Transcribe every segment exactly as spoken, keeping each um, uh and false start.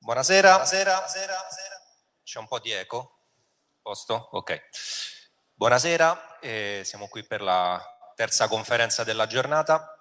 Buonasera. Buonasera. C'è un po' di eco? Posto? Ok. Buonasera, eh, siamo qui per la terza conferenza della giornata.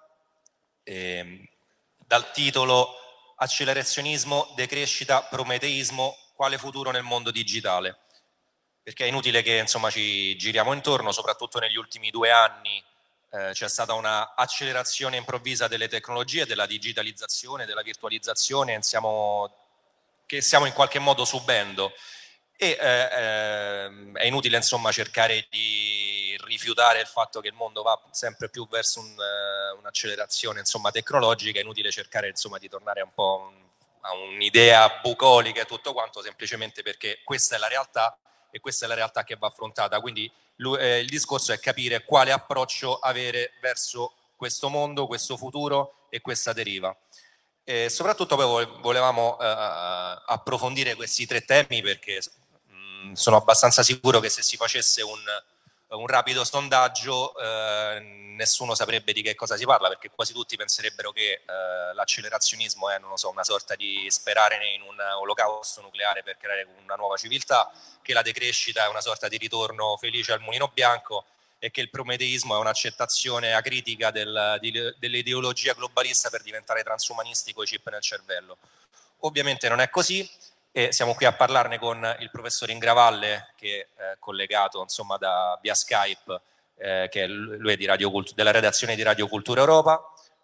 Eh, dal titolo Accelerazionismo, decrescita, prometeismo, quale futuro nel mondo digitale? Perché è inutile che insomma ci giriamo intorno, soprattutto negli ultimi due anni eh, c'è stata una accelerazione improvvisa delle tecnologie, della digitalizzazione, della virtualizzazione, siamo, che stiamo in qualche modo subendo. E eh, eh, è inutile insomma cercare di rifiutare il fatto che il mondo va sempre più verso un, uh, un'accelerazione insomma tecnologica, è inutile cercare insomma di tornare un po' un, a un'idea bucolica e tutto quanto, semplicemente perché questa è la realtà e questa è la realtà che va affrontata. Quindi lui, eh, il discorso è capire quale approccio avere verso questo mondo, questo futuro e questa deriva. E soprattutto poi volevamo eh, approfondire questi tre temi, perché mh, sono abbastanza sicuro che se si facesse un, un rapido sondaggio eh, nessuno saprebbe di che cosa si parla, perché quasi tutti penserebbero che eh, l'accelerazionismo è, non lo so, una sorta di sperare in un olocausto nucleare per creare una nuova civiltà, che la decrescita è una sorta di ritorno felice al mulino bianco e che il prometeismo è un'accettazione acritica del, di, dell'ideologia globalista per diventare transumanisti con i chip nel cervello. Ovviamente non è così e siamo qui a parlarne con il professor Ingravalle, che è collegato insomma da, via Skype, eh, che è lui è di Radio Cult- della redazione di Radio Cultura Europa,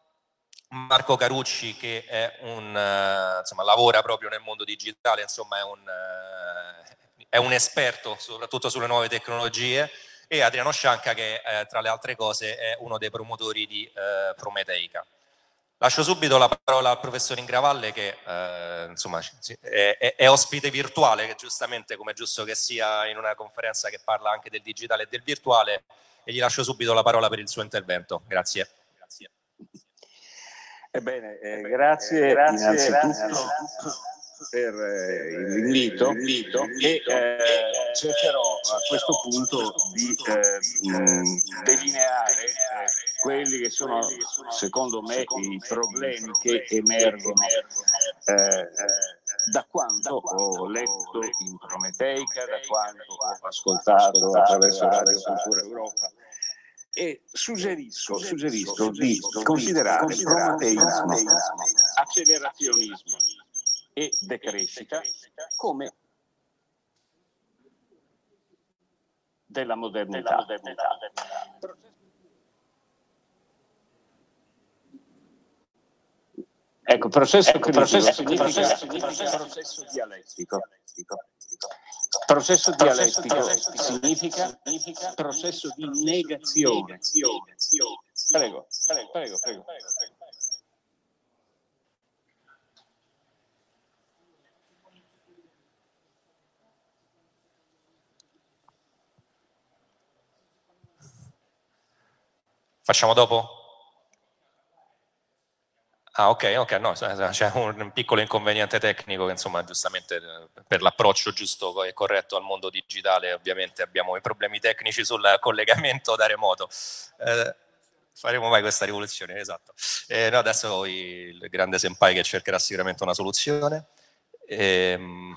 Marco Carucci, che è un, uh, insomma, lavora proprio nel mondo digitale, insomma è un, uh, è un esperto soprattutto sulle nuove tecnologie, e Adriano Scianca, che eh, tra le altre cose è uno dei promotori di eh, Prometeica. Lascio subito la parola al professor Ingravalle, che eh, insomma è, è, è ospite virtuale, che giustamente, come è giusto che sia in una conferenza che parla anche del digitale e del virtuale, e gli lascio subito la parola per il suo intervento. Grazie. Grazie. Ebbene, eh, grazie, grazie innanzitutto per eh, l'invito e eh, cercherò a questo punto di eh, mh, delineare eh, quelli che sono secondo me i problemi che emergono eh, da quanto ho letto in Prometeica, da quanto ho ascoltato attraverso Radio Cultura Europa. E suggerisco, suggerisco di considerare prometeismo, accelerazionismo e decrescita come della modernità. Ecco, processo ecco, critico processo, significa, processo, significa processo dialettico. Processo dialettico significa, significa processo di negazione. Prego, prego, prego, prego. Facciamo dopo? Ah, ok, ok, no, c'è un piccolo inconveniente tecnico che insomma giustamente per l'approccio giusto e corretto al mondo digitale ovviamente abbiamo i problemi tecnici sul collegamento da remoto. Eh, faremo mai questa rivoluzione, esatto. Eh, no, adesso il grande senpai che cercherà sicuramente una soluzione. Ehm...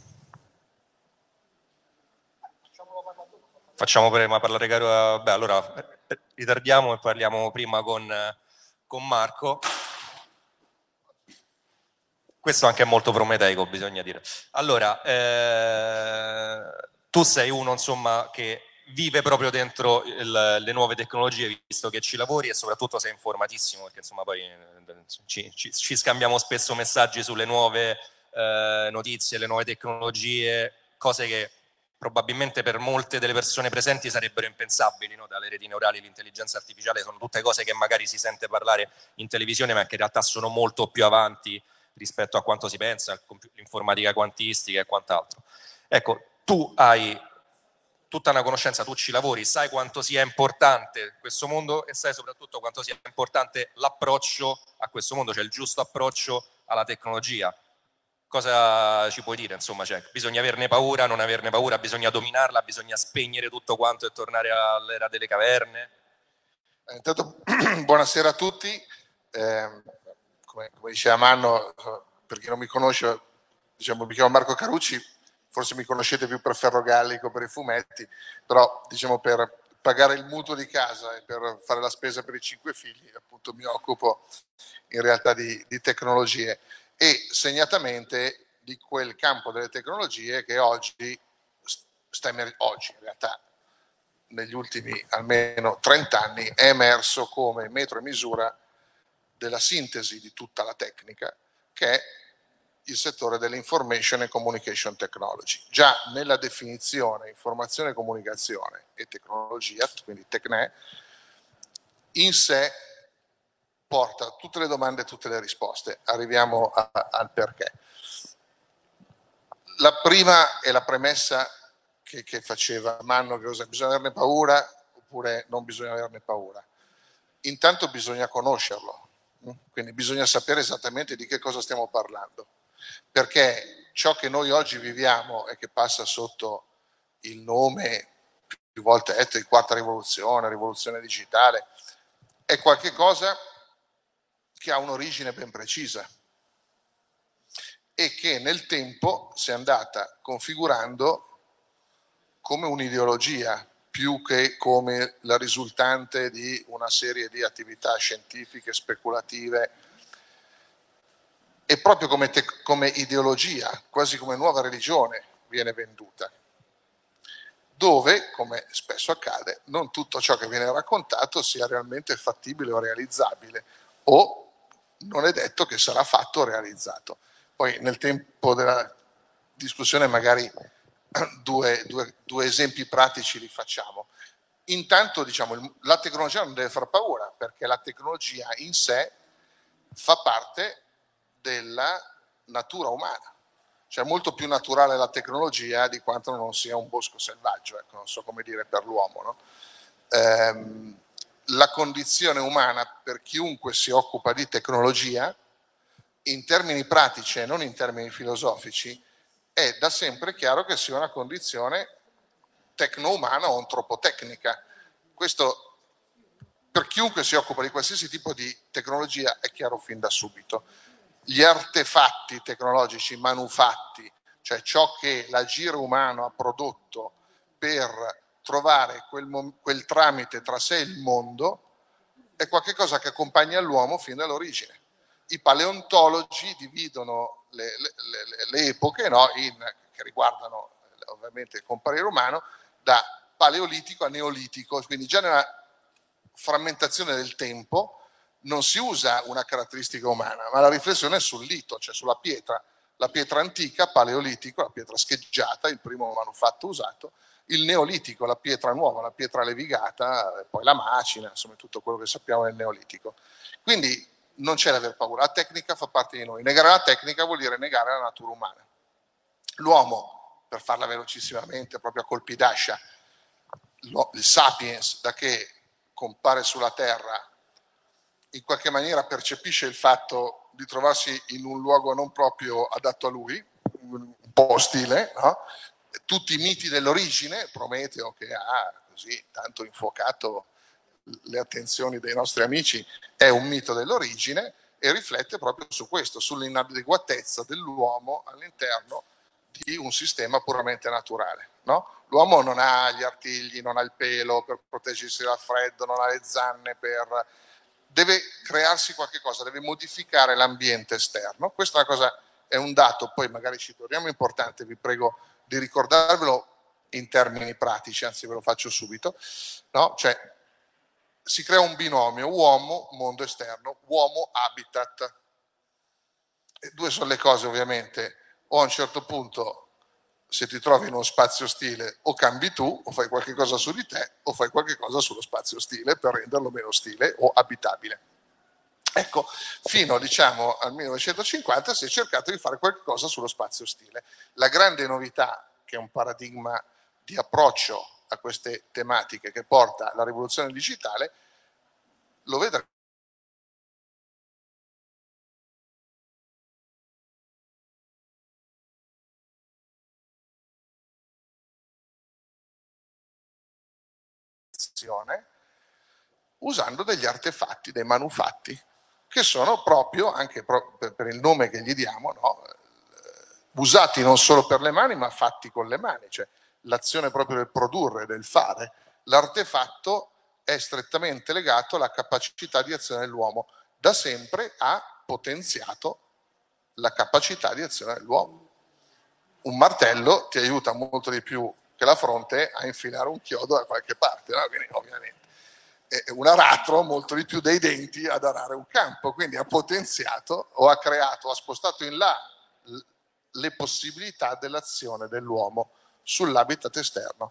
Facciamo prima parlare caro. Beh, allora ritardiamo e parliamo prima con, con Marco. Questo anche è molto prometeico, bisogna dire. Allora, eh, tu sei uno insomma che vive proprio dentro il, le nuove tecnologie, visto che ci lavori e soprattutto sei informatissimo, perché insomma poi ci, ci, ci scambiamo spesso messaggi sulle nuove eh, notizie, le nuove tecnologie, cose che probabilmente per molte delle persone presenti sarebbero impensabili, no? Dalle reti neurali, l'intelligenza artificiale, sono tutte cose che magari si sente parlare in televisione, ma che in realtà sono molto più avanti rispetto a quanto si pensa, l'informatica quantistica e quant'altro. Ecco, tu hai tutta una conoscenza, tu ci lavori, sai quanto sia importante questo mondo e sai soprattutto quanto sia importante l'approccio a questo mondo, cioè il giusto approccio alla tecnologia. Cosa ci puoi dire? Insomma, cioè, bisogna averne paura, non averne paura, bisogna dominarla, bisogna spegnere tutto quanto e tornare all'era delle caverne? Eh, intanto, buonasera a tutti. Eh, come, come diceva Manno, per chi non mi conosce, diciamo, mi chiamo Marco Carucci, forse mi conoscete più per Ferrogallico, per i fumetti, però diciamo per pagare il mutuo di casa e per fare la spesa per i cinque figli, appunto mi occupo in realtà di, di tecnologie e segnatamente di quel campo delle tecnologie che oggi sta emergendo, oggi in realtà negli ultimi almeno trenta anni è emerso come metro e misura della sintesi di tutta la tecnica, che è il settore dell'information and communication technology. Già nella definizione informazione, comunicazione e tecnologia, quindi Tecne, in sé porta tutte le domande e tutte le risposte. Arriviamo a, al perché. La prima è la premessa che, che faceva Manno, che cosa, bisogna averne paura oppure non bisogna averne paura. Intanto bisogna conoscerlo, quindi bisogna sapere esattamente di che cosa stiamo parlando, perché ciò che noi oggi viviamo e che passa sotto il nome più volte detto di quarta rivoluzione, rivoluzione digitale, è qualche cosa che ha un'origine ben precisa e che nel tempo si è andata configurando come un'ideologia più che come la risultante di una serie di attività scientifiche, speculative, e proprio come, te, come ideologia, quasi come nuova religione, viene venduta, dove, come spesso accade, non tutto ciò che viene raccontato sia realmente fattibile o realizzabile, o non è detto che sarà fatto o realizzato. Poi nel tempo della discussione magari due, due, due esempi pratici li facciamo. Intanto diciamo la tecnologia non deve far paura, perché la tecnologia in sé fa parte della natura umana, cioè è molto più naturale la tecnologia di quanto non sia un bosco selvaggio, ecco, non so come dire per l'uomo, no? Ehm, la condizione umana per chiunque si occupa di tecnologia, in termini pratici e non in termini filosofici, è da sempre chiaro che sia una condizione tecno-umana o antropotecnica. Questo per chiunque si occupa di qualsiasi tipo di tecnologia è chiaro fin da subito. Gli artefatti tecnologici manufatti, cioè ciò che l'agire umano ha prodotto per trovare quel, quel tramite tra sé e il mondo, è qualcosa che accompagna l'uomo fin dall'origine. I paleontologi dividono le, le, le, le epoche, no, in, che riguardano ovviamente il comparire umano, da paleolitico a neolitico, quindi già nella frammentazione del tempo non si usa una caratteristica umana, ma la riflessione è sul lito, cioè sulla pietra, la pietra antica, paleolitico, la pietra scheggiata, il primo manufatto usato, il neolitico, la pietra nuova, la pietra levigata, poi la macina, insomma tutto quello che sappiamo del neolitico. Quindi non c'è da aver paura, la tecnica fa parte di noi, negare la tecnica vuol dire negare la natura umana. L'uomo, per farla velocissimamente, proprio a colpi d'ascia, il sapiens, da che compare sulla Terra, in qualche maniera percepisce il fatto di trovarsi in un luogo non proprio adatto a lui, un po' ostile, no? Tutti i miti dell'origine, Prometeo che ha così tanto infuocato le attenzioni dei nostri amici, è un mito dell'origine e riflette proprio su questo, sull'inadeguatezza dell'uomo all'interno di un sistema puramente naturale, no? L'uomo non ha gli artigli, non ha il pelo per proteggersi dal freddo, non ha le zanne per... deve crearsi qualche cosa, deve modificare l'ambiente esterno. Questa è una cosa, è un dato, poi magari ci torniamo, importante, vi prego di ricordarvelo in termini pratici, anzi ve lo faccio subito, no? Cioè si crea un binomio uomo, mondo esterno, uomo, habitat. E due sono le cose ovviamente, o a un certo punto se ti trovi in uno spazio ostile o cambi tu, o fai qualche cosa su di te, o fai qualche cosa sullo spazio ostile per renderlo meno ostile o abitabile. Ecco, fino diciamo al millenovecentocinquanta si è cercato di fare qualche cosa sullo spazio ostile. La grande novità, che è un paradigma di approccio a queste tematiche che porta alla rivoluzione digitale, lo vedremo. Usando degli artefatti, dei manufatti, che sono proprio, anche per il nome che gli diamo, no? usati non solo per le mani, ma fatti con le mani, cioè l'azione proprio del produrre, del fare. L'artefatto è strettamente legato alla capacità di azione dell'uomo. Da sempre ha potenziato la capacità di azione dell'uomo. Un martello ti aiuta molto di più che la fronte a infilare un chiodo da qualche parte, no? Quindi ovviamente. E un aratro molto di più dei denti ad arare un campo, quindi ha potenziato o ha creato, ha spostato in là le possibilità dell'azione dell'uomo sull'habitat esterno.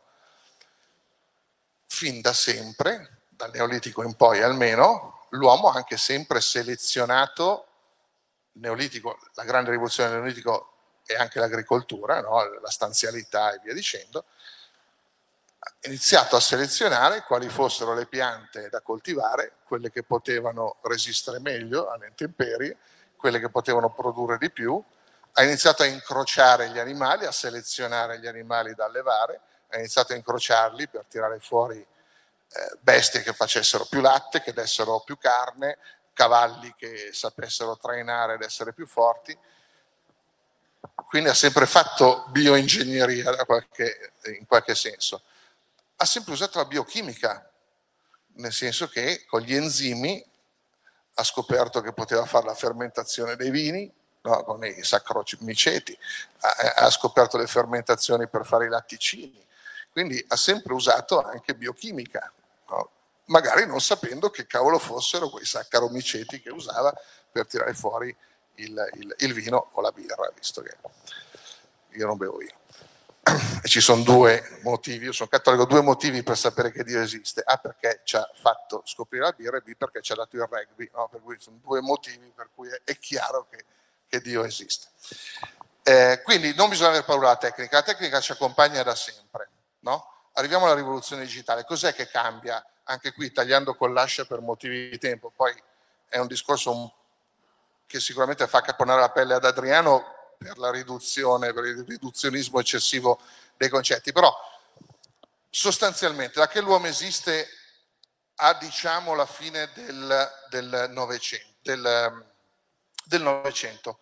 Fin da sempre, dal Neolitico in poi almeno, l'uomo ha anche sempre selezionato, Neolitico, la grande rivoluzione del Neolitico e anche l'agricoltura, no? La stanzialità e via dicendo, ha iniziato a selezionare quali fossero le piante da coltivare, quelle che potevano resistere meglio alle intemperie, quelle che potevano produrre di più, ha iniziato a incrociare gli animali, a selezionare gli animali da allevare, ha iniziato a incrociarli per tirare fuori eh, bestie che facessero più latte, che dessero più carne, cavalli che sapessero trainare ed essere più forti. Quindi ha sempre fatto bioingegneria da qualche, in qualche senso. Ha sempre usato la biochimica, nel senso che con gli enzimi ha scoperto che poteva fare la fermentazione dei vini, no, con i saccharomiceti, ha, ha scoperto le fermentazioni per fare i latticini, quindi ha sempre usato anche biochimica, no? Magari non sapendo che cavolo fossero quei saccharomiceti che usava per tirare fuori il, il, il vino o la birra, visto che io non bevo vino. E ci sono due motivi, io sono cattolico, due motivi per sapere che Dio esiste: A, perché ci ha fatto scoprire la birra, e B, perché ci ha dato il rugby, no? Per cui sono due motivi per cui è, è chiaro che, che Dio esiste. Eh, quindi non bisogna avere paura della tecnica, la tecnica ci accompagna da sempre, no? Arriviamo alla rivoluzione digitale, cos'è che cambia? Anche qui tagliando con l'ascia per motivi di tempo, poi è un discorso un, che sicuramente fa caponare la pelle ad Adriano per la riduzione, per il riduzionismo eccessivo dei concetti, però sostanzialmente da che l'uomo esiste a, diciamo, la fine del, del Novecento, del, del Novecento,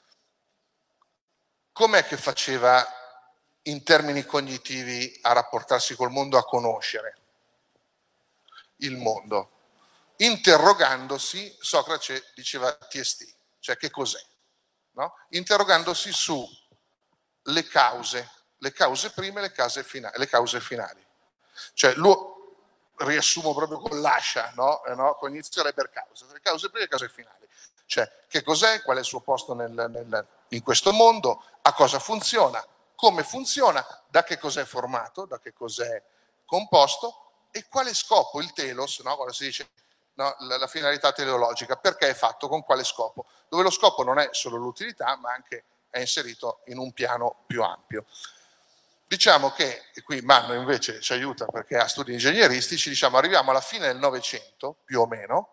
com'è che faceva in termini cognitivi a rapportarsi col mondo, a conoscere il mondo? Interrogandosi, Socrate diceva T S T, cioè che cos'è? No? Interrogandosi sulle cause, le cause prime e le cause finali. Le cause finali. Cioè, lo riassumo proprio con l'ascia, no? Eh, no? Cognizione per causa, le cause prime e le cause finali. Cioè, che cos'è, qual è il suo posto nel, nel, in questo mondo, a cosa funziona, come funziona, da che cos'è formato, da che cos'è composto e quale scopo, il telos, no? Quando si dice no, la, la finalità teleologica, perché è fatto, con quale scopo, dove lo scopo non è solo l'utilità, ma anche è inserito in un piano più ampio. Diciamo che, e qui Manno invece ci aiuta perché ha studi ingegneristici, diciamo arriviamo alla fine del Novecento, più o meno,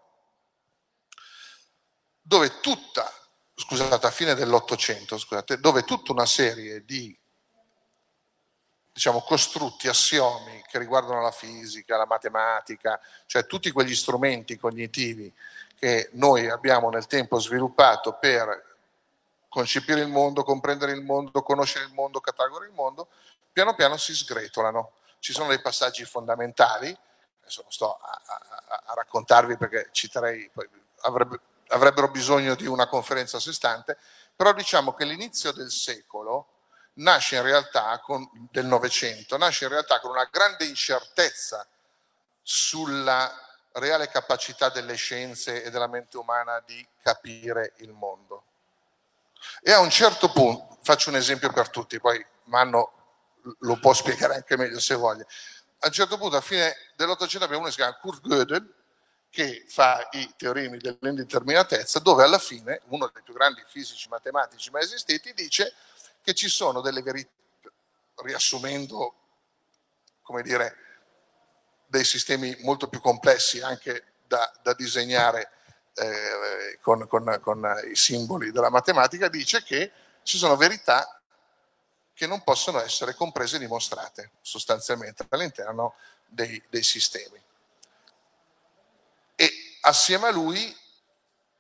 dove tutta, scusate, alla fine dell'Ottocento, scusate, dove tutta una serie di, diciamo, costrutti, assiomi che riguardano la fisica, la matematica, cioè tutti quegli strumenti cognitivi che noi abbiamo nel tempo sviluppato per concepire il mondo, comprendere il mondo, conoscere il mondo, catalogare il mondo, piano piano si sgretolano. Ci sono dei passaggi fondamentali, adesso non sto a, a, a raccontarvi perché citerei, poi avrebbe, avrebbero bisogno di una conferenza a sé stante, però diciamo che l'inizio del secolo nasce in realtà, con, del Novecento, nasce in realtà con una grande incertezza sulla reale capacità delle scienze e della mente umana di capire il mondo. E a un certo punto, faccio un esempio per tutti, poi Manno lo può spiegare anche meglio se voglia. A un certo punto, a fine dell'Ottocento, abbiamo uno che si chiama Kurt Gödel, che fa i teoremi dell'indeterminatezza, dove alla fine, uno dei più grandi fisici matematici mai esistiti, dice che ci sono delle verità, riassumendo, come dire, dei sistemi molto più complessi anche da, da disegnare eh, con, con, con i simboli della matematica, dice che ci sono verità che non possono essere comprese e dimostrate sostanzialmente all'interno dei, dei sistemi. E assieme a lui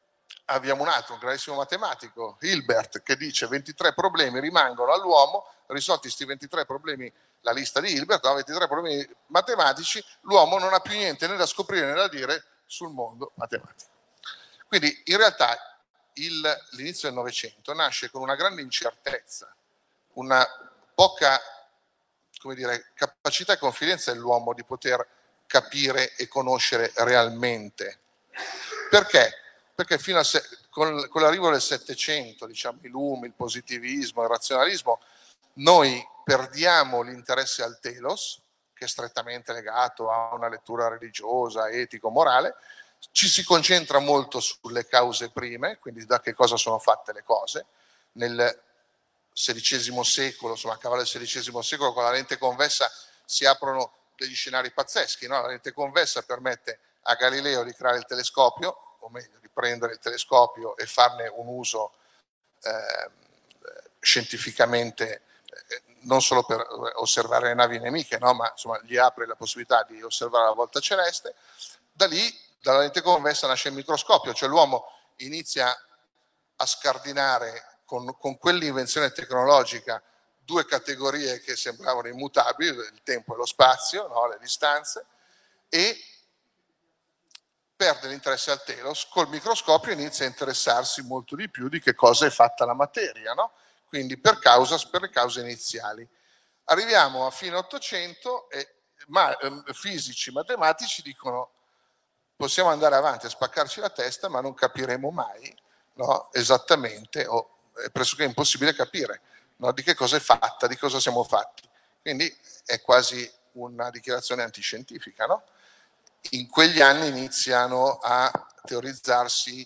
abbiamo un altro, un grandissimo matematico, Hilbert, che dice ventitré problemi rimangono all'uomo, risolti questi ventitré problemi, la lista di Hilbert, no? ventitré problemi matematici, l'uomo non ha più niente né da scoprire né da dire sul mondo matematico. Quindi in realtà l'inizio del Novecento nasce con una grande incertezza, una poca, come dire, capacità e confidenza dell'uomo di poter capire e conoscere realmente. Perché? Perché fino a se, con, con l'arrivo del Settecento, diciamo, i lumi, il positivismo, il razionalismo, noi perdiamo l'interesse al telos, che è strettamente legato a una lettura religiosa, etico-morale, ci si concentra molto sulle cause prime, quindi da che cosa sono fatte le cose. Nel sedicesimo secolo, insomma a cavallo del sedicesimo secolo, con la lente convessa si aprono degli scenari pazzeschi, no? La lente convessa permette a Galileo di creare il telescopio, o meglio di prendere il telescopio e farne un uso eh, scientificamente, eh, non solo per osservare le navi nemiche, no? Ma insomma gli apre la possibilità di osservare la volta celeste. Da lì, dalla lente convessa nasce il microscopio, cioè l'uomo inizia a scardinare con, con quell'invenzione tecnologica due categorie che sembravano immutabili, il tempo e lo spazio, no? Le distanze, e perde l'interesse al telos, col microscopio inizia a interessarsi molto di più di che cosa è fatta la materia, no? Quindi per, causa, per le cause iniziali. Arriviamo a fine Ottocento e ma, eh, fisici, matematici dicono possiamo andare avanti a spaccarci la testa ma non capiremo mai, no? Esattamente, o è pressoché impossibile capire, no? Di che cosa è fatta, di cosa siamo fatti. Quindi è quasi una dichiarazione antiscientifica, no? In quegli anni iniziano a teorizzarsi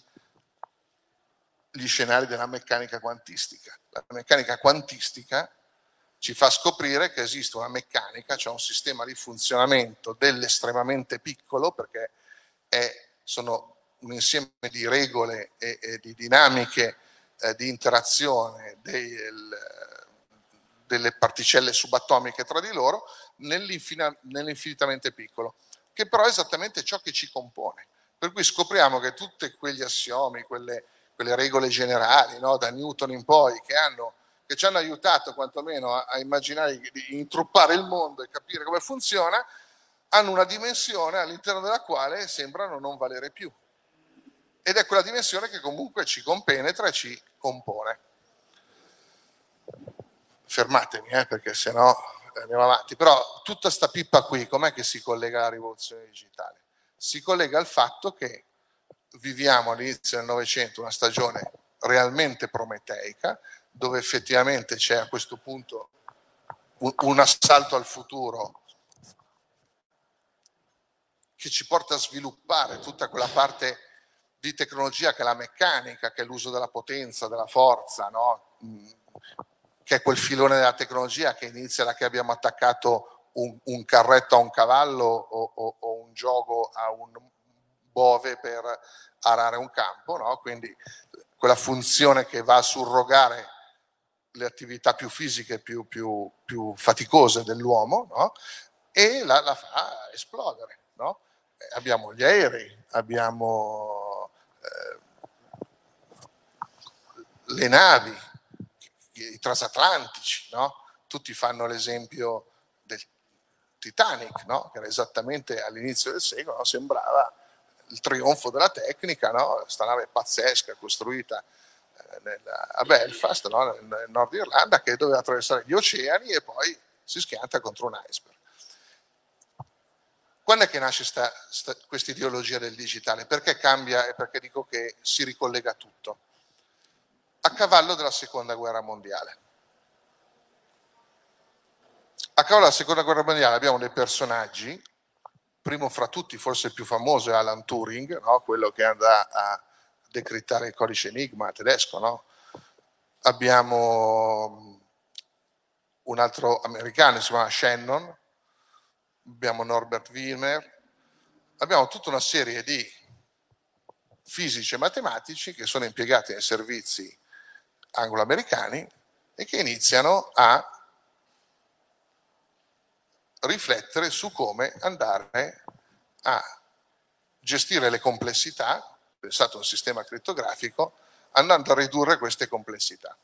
gli scenari della meccanica quantistica. La meccanica quantistica ci fa scoprire che esiste una meccanica, cioè un sistema di funzionamento dell'estremamente piccolo, perché è, sono un insieme di regole e, e di dinamiche eh, di interazione del, delle particelle subatomiche tra di loro nell'infinitamente piccolo, che però è esattamente ciò che ci compone. Per cui scopriamo che tutti quegli assiomi, quelle, quelle regole generali, no, da Newton in poi, che, hanno, che ci hanno aiutato quantomeno a, a immaginare di intruppare il mondo e capire come funziona, hanno una dimensione all'interno della quale sembrano non valere più. Ed è quella dimensione che comunque ci compenetra e ci compone. Fermatemi, eh, perché sennò andiamo avanti. Però tutta sta pippa qui, com'è che si collega alla rivoluzione digitale? Si collega al fatto che viviamo all'inizio del Novecento una stagione realmente prometeica, dove effettivamente c'è a questo punto un, un assalto al futuro che ci porta a sviluppare tutta quella parte di tecnologia che è la meccanica, che è l'uso della potenza, della forza, no? Che è quel filone della tecnologia che inizia da che abbiamo attaccato un, un carretto a un cavallo o, o, o un gioco a un bove per arare un campo, no? Quindi quella funzione che va a surrogare le attività più fisiche, più, più, più faticose dell'uomo, no? E la, la fa esplodere, no? Eh, abbiamo gli aerei, abbiamo eh, le navi, i transatlantici, no? Tutti fanno l'esempio del Titanic, no? Che era esattamente all'inizio del secolo, no? Sembrava il trionfo della tecnica, no? Questa nave pazzesca costruita eh, nella, a Belfast, no? nel, nel Nord Irlanda, che doveva attraversare gli oceani e poi si schianta contro un iceberg. Quando è che nasce questa ideologia del digitale? Perché cambia e perché dico che si ricollega tutto? A cavallo della seconda guerra mondiale. A cavallo della seconda guerra mondiale abbiamo dei personaggi, primo fra tutti, forse il più famoso è Alan Turing, no? Quello che andrà a decrittare il codice Enigma tedesco, no? Abbiamo un altro americano, si chiama Shannon, abbiamo Norbert Wiener, abbiamo tutta una serie di fisici e matematici che sono impiegati nei servizi anglo-americani e che iniziano a riflettere su come andare a gestire le complessità, pensato a un sistema crittografico andando a ridurre queste complessità.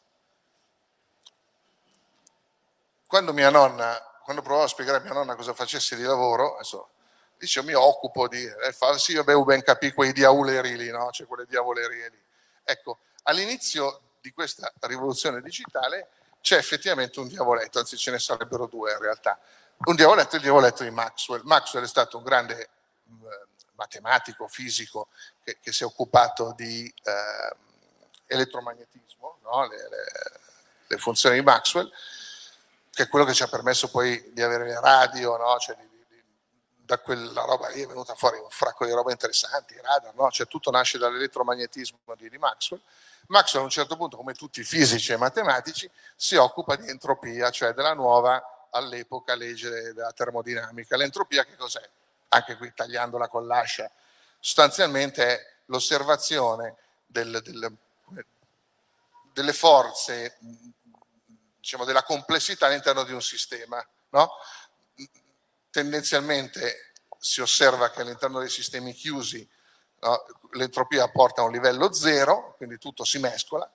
Quando mia nonna, quando provavo a spiegare a mia nonna cosa facessi di lavoro, adesso dice, mi occupo di, eh, fa, sì, vabbè, ben capì quei diavoleri lì, no? C'è quelle diavolerie lì. Ecco, all'inizio di questa rivoluzione digitale c'è effettivamente un diavoletto, anzi ce ne sarebbero due in realtà. Un diavoletto è il diavoletto di Maxwell. Maxwell è stato un grande mh, matematico, fisico, che, che si è occupato di eh, elettromagnetismo, no? le, le, le funzioni di Maxwell, che è quello che ci ha permesso poi di avere le radio, no? Cioè, di, di, da quella roba lì è venuta fuori un fracco di roba interessanti, i radar, no? Cioè, tutto nasce dall'elettromagnetismo di, di Maxwell. Maxwell a un certo punto, come tutti i fisici e matematici, si occupa di entropia, cioè della nuova, all'epoca, legge della termodinamica. L'entropia che cos'è? Anche qui tagliandola con l'ascia, sostanzialmente è l'osservazione del, del, delle forze, diciamo, della complessità all'interno di un sistema, no? Tendenzialmente si osserva che all'interno dei sistemi chiusi, no, l'entropia porta a un livello zero, quindi tutto si mescola.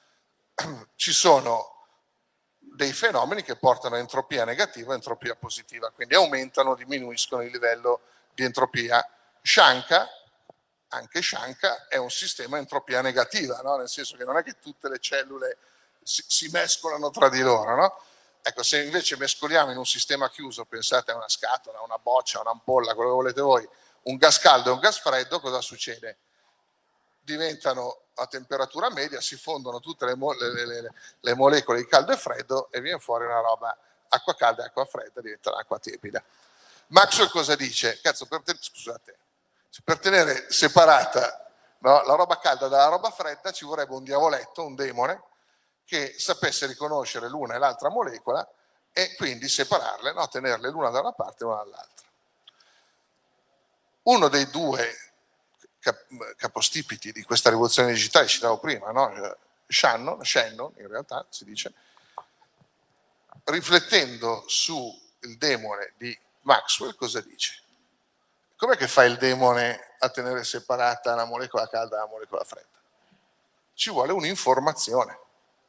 Ci sono dei fenomeni che portano a entropia negativa e entropia positiva, quindi aumentano o diminuiscono il livello di entropia. Shanka, anche Shanka, è un sistema a entropia negativa, no? Nel senso che non è che tutte le cellule si, si mescolano tra di loro, no? Ecco, se invece mescoliamo in un sistema chiuso, pensate a una scatola, una boccia, un'ampolla, quello che volete voi, un gas caldo e un gas freddo, cosa succede? Diventano a temperatura media, si fondono tutte le, mo le, le, le molecole di caldo e freddo e viene fuori una roba, acqua calda e acqua fredda, diventa acqua tiepida. Maxwell cosa dice? Cazzo, per, ten scusate, per tenere separata, no, la roba calda dalla roba fredda ci vorrebbe un diavoletto, un demone, che sapesse riconoscere l'una e l'altra molecola e quindi separarle, no? Tenerle l'una da una parte e l'una dall'altra. Uno dei due cap capostipiti di questa rivoluzione digitale, citavo prima, no? Shannon, Shannon in realtà si dice, riflettendo sul demone di Maxwell, cosa dice? Com'è che fa il demone a tenere separata la molecola calda dalla molecola fredda? Ci vuole un'informazione.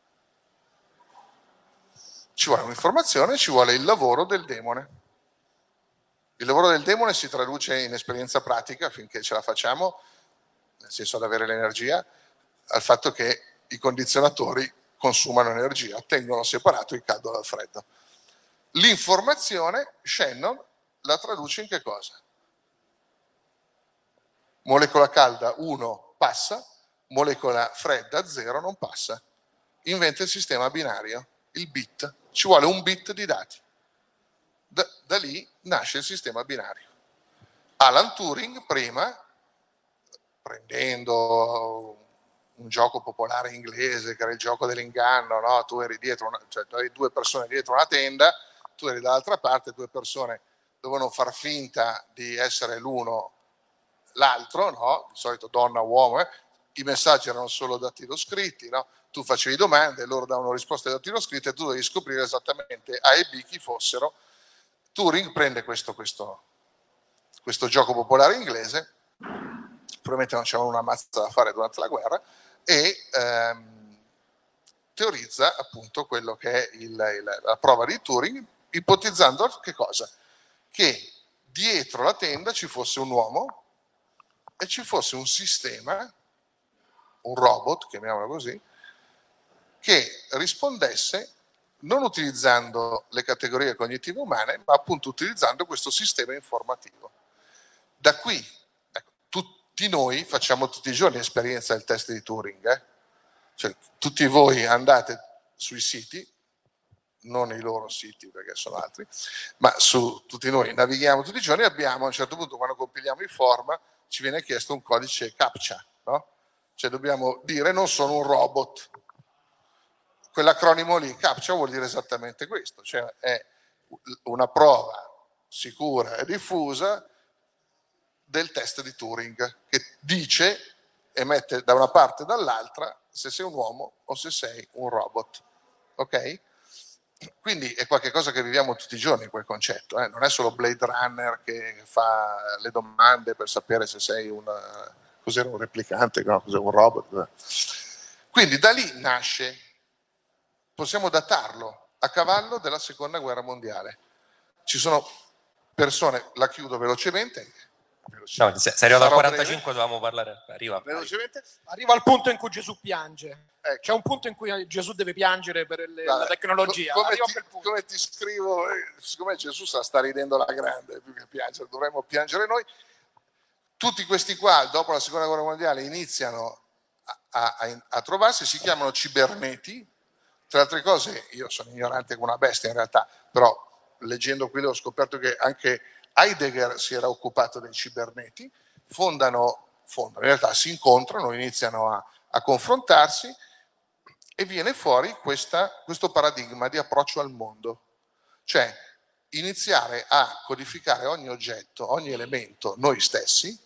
Ci vuole un'informazione, ci vuole il lavoro del demone. Il lavoro del demone si traduce in esperienza pratica, finché ce la facciamo, nel senso ad avere l'energia, al fatto che i condizionatori consumano energia, tengono separato il caldo dal freddo. L'informazione, Shannon, la traduce in che cosa? Molecola calda uno passa, molecola fredda zero non passa. Inventa il sistema binario, il bit. Ci vuole un bit di dati. Da, da lì nasce il sistema binario. Alan Turing prima, prendendo un gioco popolare inglese che era il gioco dell'inganno, no? Tu eri dietro, una, cioè tu eri due persone dietro una tenda, tu eri dall'altra parte, due persone dovevano far finta di essere l'uno l'altro, no? Di solito donna, uomo, eh? I messaggi erano solo dattiloscritti, no? Tu facevi domande, loro davano risposte dattiloscritte e tu dovevi scoprire esattamente A e B chi fossero. Turing prende questo, questo, questo gioco popolare inglese, probabilmente non c'era una mazza da fare durante la guerra, e ehm, teorizza appunto quello che è il, il, la prova di Turing, ipotizzando che cosa? Che dietro la tenda ci fosse un uomo e ci fosse un sistema, un robot, chiamiamolo così, che rispondesse non utilizzando le categorie cognitive umane, ma appunto utilizzando questo sistema informativo. Da qui, ecco, tutti noi facciamo tutti i giorni esperienza del test di Turing, eh? Cioè, tutti voi andate sui siti, non i loro siti perché sono altri, ma su tutti noi navighiamo tutti i giorni, abbiamo a un certo punto, quando compiliamo i form, ci viene chiesto un codice CAPTCHA, no? Cioè dobbiamo dire non sono un robot. Quell'acronimo lì, CAPTCHA, vuol dire esattamente questo, cioè è una prova sicura e diffusa del test di Turing, che dice e mette da una parte e dall'altra se sei un uomo o se sei un robot. Ok? Quindi è qualcosa che viviamo tutti i giorni, quel concetto, eh? Non è solo Blade Runner che fa le domande per sapere se sei una, cos'era un replicante, no, cos'era un robot. Quindi da lì nasce, possiamo datarlo a cavallo della seconda guerra mondiale. Ci sono persone, la chiudo velocemente. No, se sei arrivato al quarantacinque dovevamo parlare. Arriva, velocemente. Arriva al punto in cui Gesù piange. Ecco. C'è un punto in cui Gesù deve piangere per le, Vabbè, la tecnologia. Come ti, come ti scrivo, eh, siccome Gesù sta ridendo la grande, più che piangere, dovremmo piangere noi. Tutti questi qua, dopo la seconda guerra mondiale, iniziano a, a, a trovarsi, si chiamano ciberneti. Tra altre cose, io sono ignorante come una bestia in realtà, però leggendo qui ho scoperto che anche Heidegger si era occupato dei ciberneti, fondano, fondano in realtà si incontrano, iniziano a, a confrontarsi e viene fuori questa, questo paradigma di approccio al mondo, cioè iniziare a codificare ogni oggetto, ogni elemento, noi stessi,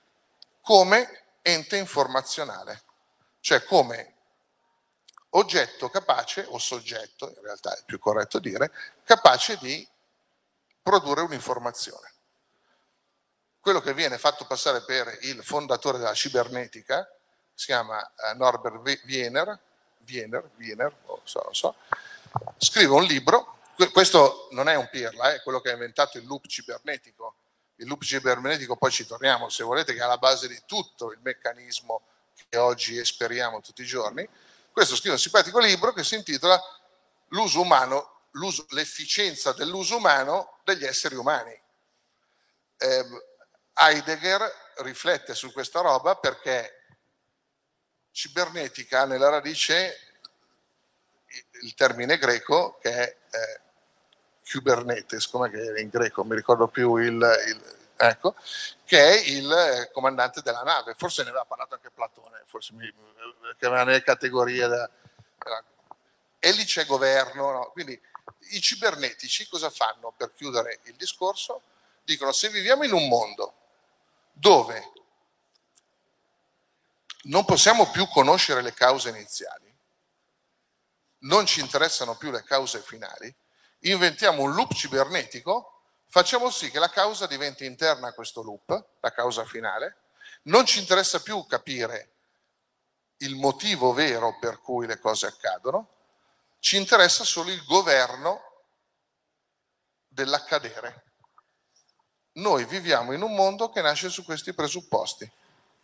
come ente informazionale, cioè come oggetto capace, o soggetto, in realtà è più corretto dire, capace di produrre un'informazione. Quello che viene fatto passare per il fondatore della cibernetica, si chiama Norbert Wiener, Wiener, Wiener, non so, non so, scrive un libro, questo non è un pirla, è quello che ha inventato il loop cibernetico. Il loop cibernetico, poi ci torniamo se volete, che è alla base di tutto il meccanismo che oggi esperiamo tutti i giorni. Questo scrive un simpatico libro che si intitola L'uso umano, l'uso, l'efficienza dell'uso umano degli esseri umani. Eh, Heidegger riflette su questa roba perché cibernetica nella radice il termine greco che è eh, Kubernetes, come che in greco, mi ricordo più il, il ecco, che è il comandante della nave, forse ne aveva parlato anche Platone, forse mi, che aveva nelle categorie da, da, e lì c'è governo, no? Quindi i cibernetici cosa fanno per chiudere il discorso? Dicono: se viviamo in un mondo dove non possiamo più conoscere le cause iniziali, non ci interessano più le cause finali, inventiamo un loop cibernetico, facciamo sì che la causa diventi interna a questo loop, la causa finale, non ci interessa più capire il motivo vero per cui le cose accadono, ci interessa solo il governo dell'accadere. Noi viviamo in un mondo che nasce su questi presupposti.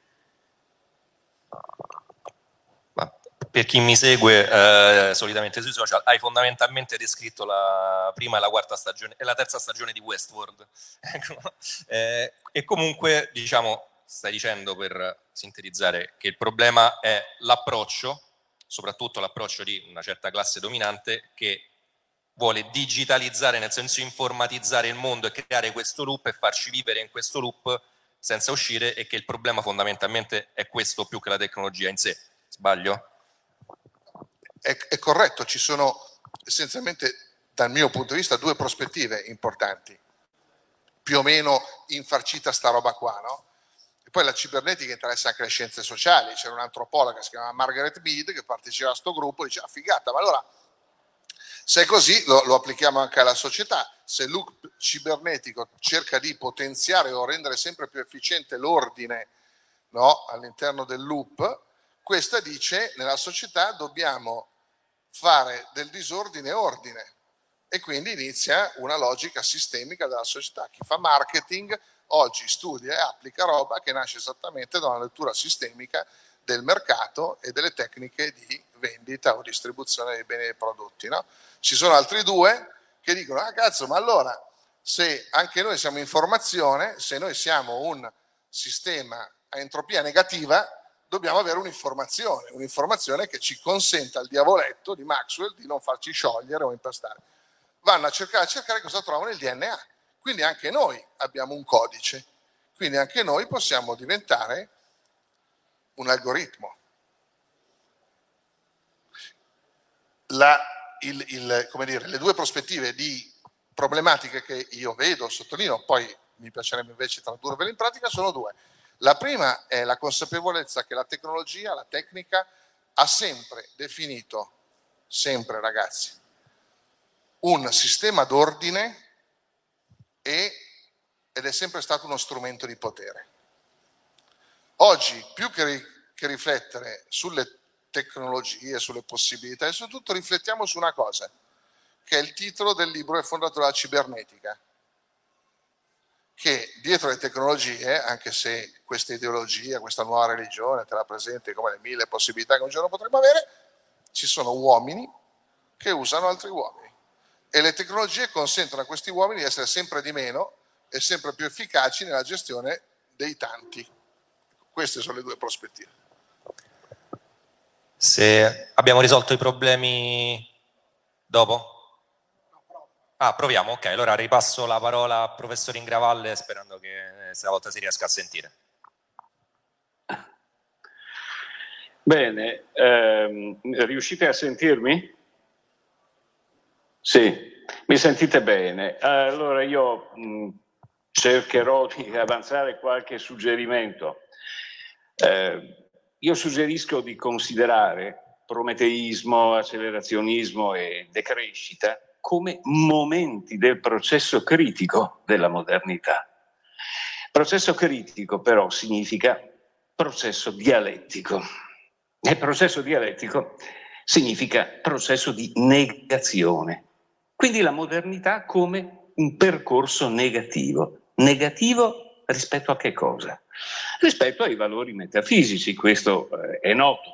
Per chi mi segue eh, solitamente sui social, hai fondamentalmente descritto la prima e la quarta stagione e la terza stagione di Westworld. eh, e comunque, diciamo, stai dicendo, per sintetizzare, che il problema è l'approccio, soprattutto l'approccio di una certa classe dominante che vuole digitalizzare, nel senso informatizzare il mondo e creare questo loop e farci vivere in questo loop senza uscire, e che il problema fondamentalmente è questo più che la tecnologia in sé. Sbaglio? È, è corretto, ci sono essenzialmente, dal mio punto di vista, due prospettive importanti, più o meno infarcita sta roba qua, no? E poi la cibernetica interessa anche le scienze sociali. C'era un'antropologa che si chiama Margaret Mead che partecipava a sto gruppo e diceva: ah, figata, ma allora se è così lo, lo applichiamo anche alla società. Se il loop cibernetico cerca di potenziare o rendere sempre più efficiente l'ordine, no, all'interno del loop, questa dice: nella società dobbiamo fare del disordine ordine, e quindi inizia una logica sistemica della società. Chi fa marketing oggi studia e applica roba che nasce esattamente da una lettura sistemica del mercato e delle tecniche di vendita o distribuzione dei beni e dei prodotti, no? Ci sono altri due che dicono: ah cazzo, ma allora se anche noi siamo informazione, se noi siamo un sistema a entropia negativa, dobbiamo avere un'informazione, un'informazione che ci consenta al diavoletto di Maxwell di non farci sciogliere o impastare. Vanno a cercare, a cercare cosa trovano nel D N A. Quindi anche noi abbiamo un codice, quindi anche noi possiamo diventare un algoritmo. La, il, il, come dire, le due prospettive di problematiche che io vedo, sottolineo, poi mi piacerebbe invece tradurvele in pratica, sono due. La prima è la consapevolezza che la tecnologia, la tecnica, ha sempre definito, sempre ragazzi, un sistema d'ordine e, ed è sempre stato uno strumento di potere. Oggi, più che, ri, che riflettere sulle tecnologie, sulle possibilità, e soprattutto riflettiamo su una cosa, che è il titolo del libro, è fondato dalla cibernetica, che dietro le tecnologie, anche se questa ideologia, questa nuova religione te la presenti come le mille possibilità che un giorno potremmo avere, ci sono uomini che usano altri uomini e le tecnologie consentono a questi uomini di essere sempre di meno e sempre più efficaci nella gestione dei tanti. Queste sono le due prospettive. Se abbiamo risolto i problemi dopo? Ah, proviamo, ok, allora ripasso la parola al professor Ingravalle sperando che stavolta si riesca a sentire. Bene, ehm, riuscite a sentirmi? Sì, mi sentite bene. Allora io mh, cercherò di avanzare qualche suggerimento. Eh, io suggerisco di considerare prometeismo, accelerazionismo e decrescita come momenti del processo critico della modernità. Processo critico però significa processo dialettico. E processo dialettico significa processo di negazione. Quindi la modernità come un percorso negativo. Negativo rispetto a che cosa? Rispetto ai valori metafisici, questo eh, è noto.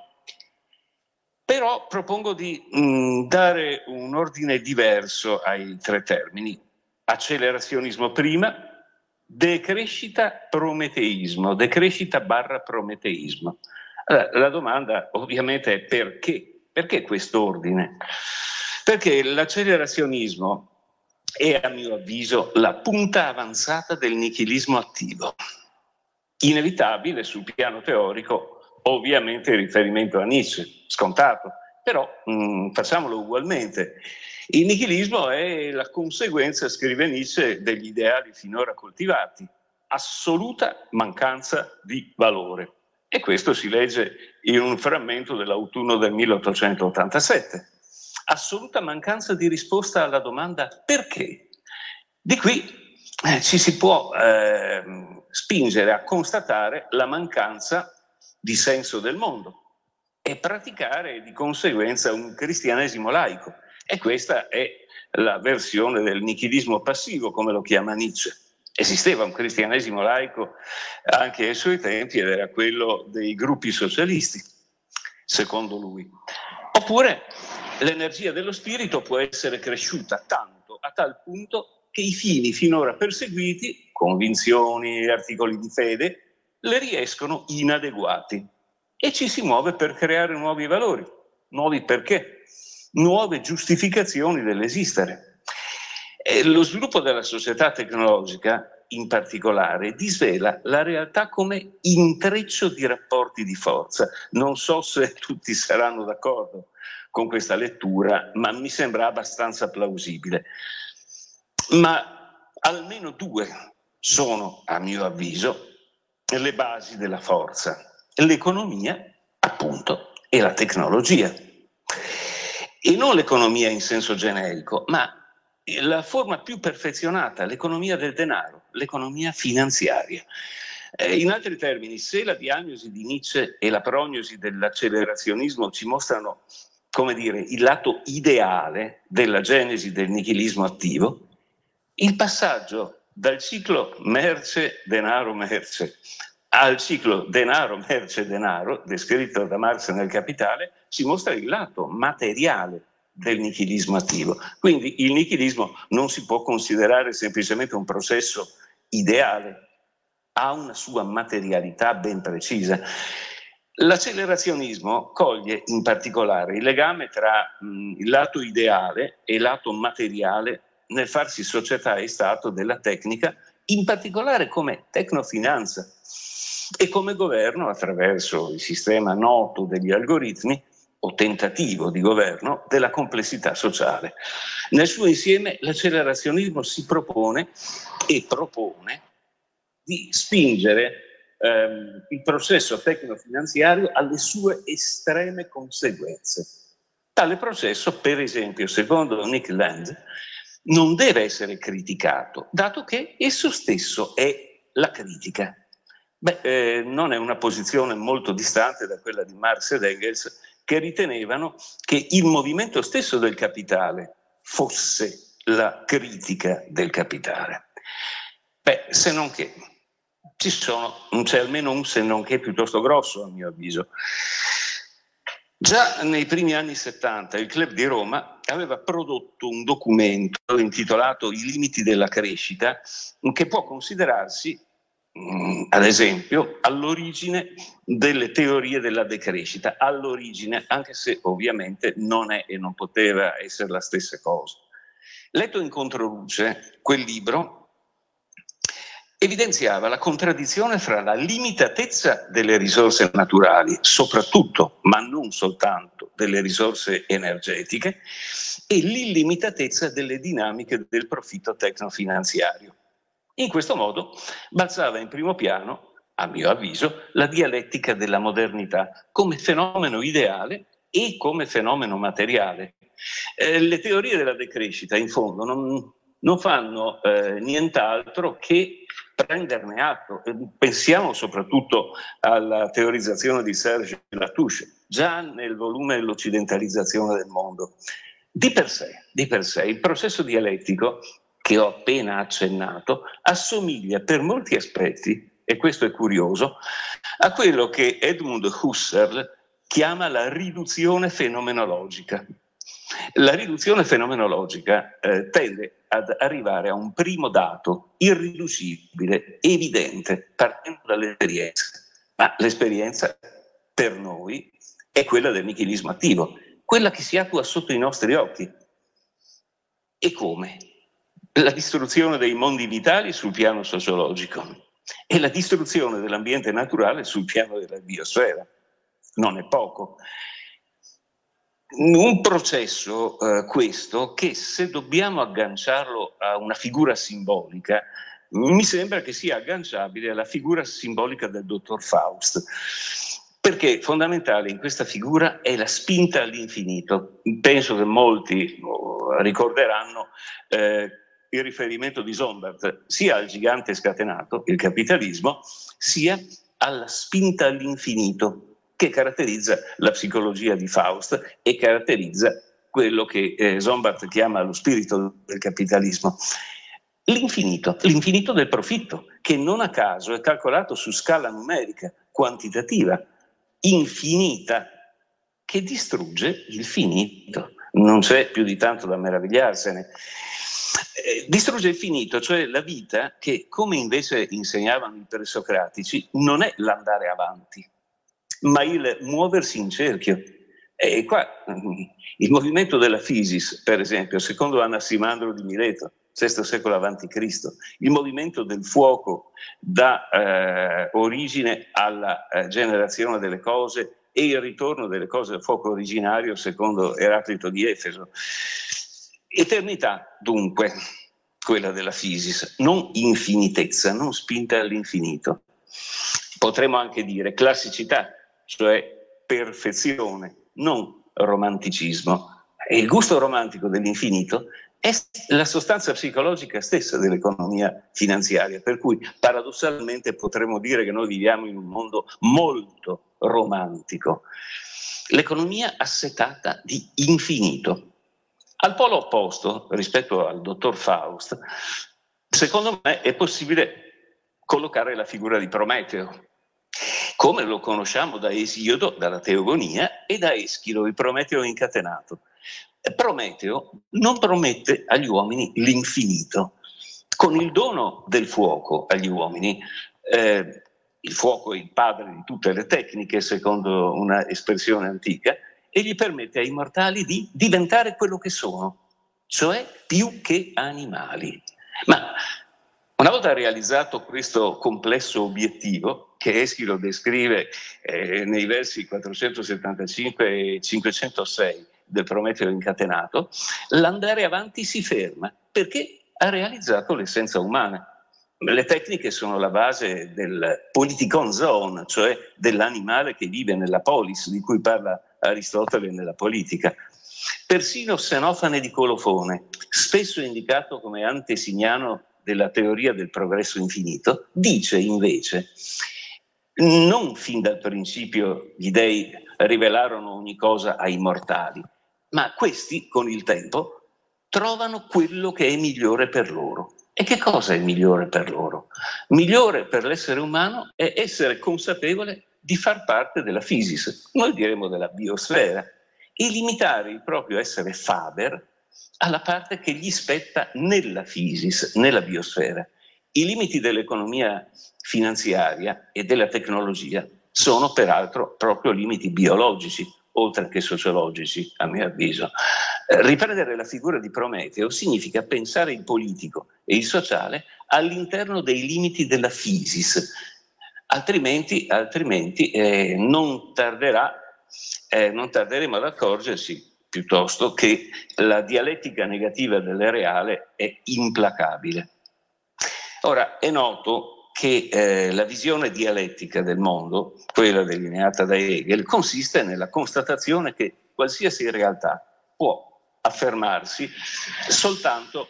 Però propongo di mh, dare un ordine diverso ai tre termini. Accelerazionismo prima, decrescita prometeismo, decrescita barra prometeismo. Allora, la domanda ovviamente è perché? Perché quest'ordine? Perché l'accelerazzionismo è, a mio avviso, la punta avanzata del nichilismo attivo. Inevitabile sul piano teorico, ovviamente il riferimento a Nietzsche, scontato, però mh, facciamolo ugualmente. Il nichilismo è la conseguenza, scrive Nietzsche, degli ideali finora coltivati, assoluta mancanza di valore. E questo si legge in un frammento dell'autunno del milleottocentottantasette. Assoluta mancanza di risposta alla domanda perché. Di qui eh, ci si può eh, spingere a constatare la mancanza di senso del mondo e praticare di conseguenza un cristianesimo laico. E questa è la versione del nichilismo passivo, come lo chiama Nietzsche. Esisteva un cristianesimo laico anche ai suoi tempi ed era quello dei gruppi socialisti, secondo lui. Oppure l'energia dello spirito può essere cresciuta tanto, a tal punto che i fini finora perseguiti, convinzioni, articoli di fede, le riescono inadeguati e ci si muove per creare nuovi valori, nuovi perché, nuove giustificazioni dell'esistere. E lo sviluppo della società tecnologica, in particolare, disvela la realtà come intreccio di rapporti di forza. Non so se tutti saranno d'accordo con questa lettura, ma mi sembra abbastanza plausibile. Ma almeno due sono, a mio avviso, le basi della forza: l'economia, appunto, e la tecnologia. E non l'economia in senso generico, ma la forma più perfezionata, l'economia del denaro, l'economia finanziaria. Eh, in altri termini, se la diagnosi di Nietzsche e la prognosi dell'accelerazionismo ci mostrano, come dire, il lato ideale della genesi del nichilismo attivo, il passaggio dal ciclo merce-denaro-merce al ciclo denaro-merce-denaro, descritto da Marx nel Capitale, ci mostra il lato materiale del nichilismo attivo. Quindi il nichilismo non si può considerare semplicemente un processo ideale, ha una sua materialità ben precisa. L'accelerazionismo coglie in particolare il legame tra mh, il lato ideale e il lato materiale nel farsi società e stato della tecnica, in particolare come tecnofinanza e come governo attraverso il sistema noto degli algoritmi o tentativo di governo della complessità sociale. Nel suo insieme l'accelerazionismo si propone e propone di spingere ehm, il processo tecnofinanziario alle sue estreme conseguenze. Tale processo, per esempio, secondo Nick Land, non deve essere criticato, dato che esso stesso è la critica. Beh, eh, non è una posizione molto distante da quella di Marx ed Engels, che ritenevano che il movimento stesso del capitale fosse la critica del capitale. Beh, se non che ci sono, c'è almeno un se non che piuttosto grosso, a mio avviso. Già nei primi anni settanta il Club di Roma aveva prodotto un documento intitolato I limiti della crescita, che può considerarsi, mh, ad esempio, all'origine delle teorie della decrescita, all'origine, anche se ovviamente non è e non poteva essere la stessa cosa. Letto in controluce, quel libro evidenziava la contraddizione fra la limitatezza delle risorse naturali, soprattutto, ma non soltanto, delle risorse energetiche, e l'illimitatezza delle dinamiche del profitto tecnofinanziario. In questo modo balzava in primo piano, a mio avviso, la dialettica della modernità come fenomeno ideale e come fenomeno materiale. Eh, le teorie della decrescita, in fondo, non, non fanno eh, nient'altro che prenderne atto. Pensiamo soprattutto alla teorizzazione di Serge Latouche, già nel volume L'occidentalizzazione del mondo. Di per sé, di per sé, il processo dialettico che ho appena accennato assomiglia per molti aspetti, e questo è curioso, a quello che Edmund Husserl chiama la riduzione fenomenologica. La riduzione fenomenologica eh, tende ad arrivare a un primo dato irriducibile, evidente, partendo dall'esperienza. Ma l'esperienza per noi è quella del nichilismo attivo, quella che si attua sotto i nostri occhi. E come? La distruzione dei mondi vitali sul piano sociologico e la distruzione dell'ambiente naturale sul piano della biosfera. Non è poco. Un processo, eh, questo, che se dobbiamo agganciarlo a una figura simbolica, mi sembra che sia agganciabile alla figura simbolica del dottor Faust, perché fondamentale in questa figura è la spinta all'infinito. Penso che molti oh, ricorderanno eh, il riferimento di Sombart sia al gigante scatenato, il capitalismo, sia alla spinta all'infinito, che caratterizza la psicologia di Faust e caratterizza quello che eh, Sombart chiama lo spirito del capitalismo. L'infinito, l'infinito del profitto, che non a caso è calcolato su scala numerica, quantitativa, infinita, che distrugge il finito. Non c'è più di tanto da meravigliarsene. Eh, distrugge il finito, cioè la vita che, come invece insegnavano i presocratici, non è l'andare avanti, ma il muoversi in cerchio. E qua il movimento della Fisis, per esempio, secondo Anassimandro di Mileto, sesto secolo avanti Cristo, il movimento del fuoco dà eh, origine alla eh, generazione delle cose e il ritorno delle cose al fuoco originario, secondo Eraclito di Efeso. Eternità, dunque, quella della Fisis, non infinitezza, non spinta all'infinito. Potremmo anche dire classicità, cioè perfezione, non romanticismo. E il gusto romantico dell'infinito è la sostanza psicologica stessa dell'economia finanziaria, per cui paradossalmente potremmo dire che noi viviamo in un mondo molto romantico. L'economia assetata di infinito. Al polo opposto, rispetto al dottor Faust, secondo me è possibile collocare la figura di Prometeo, come lo conosciamo da Esiodo, dalla Teogonia, e da Eschilo, il Prometeo incatenato. Prometeo non promette agli uomini l'infinito. Con il dono del fuoco agli uomini, eh, il fuoco è il padre di tutte le tecniche, secondo una espressione antica, e gli permette ai mortali di diventare quello che sono, cioè più che animali. Ma una volta realizzato questo complesso obiettivo, che Eschilo descrive eh, nei versi quattrocentosettantacinque e cinquecentosei del Prometeo incatenato, l'andare avanti si ferma perché ha realizzato l'essenza umana. Le tecniche sono la base del politikon zoon, cioè dell'animale che vive nella polis, di cui parla Aristotele nella Politica. Persino Xenofane di Colofone, spesso indicato come antesignano della teoria del progresso infinito, dice invece: Non fin dal principio gli dei rivelarono ogni cosa ai mortali, ma questi con il tempo trovano quello che è migliore per loro. E che cosa è migliore per loro? Migliore per l'essere umano è essere consapevole di far parte della physis, noi diremo della biosfera, e limitare il proprio essere faber alla parte che gli spetta nella physis, nella biosfera. I limiti dell'economia finanziaria e della tecnologia sono peraltro proprio limiti biologici, oltre che sociologici, a mio avviso. Eh, riprendere la figura di Prometeo significa pensare il politico e il sociale all'interno dei limiti della physis, altrimenti, altrimenti eh, non tarderà, eh, non tarderemo ad accorgersi piuttosto che la dialettica negativa del reale è implacabile. Ora, è noto che eh, la visione dialettica del mondo, quella delineata da Hegel, consiste nella constatazione che qualsiasi realtà può affermarsi soltanto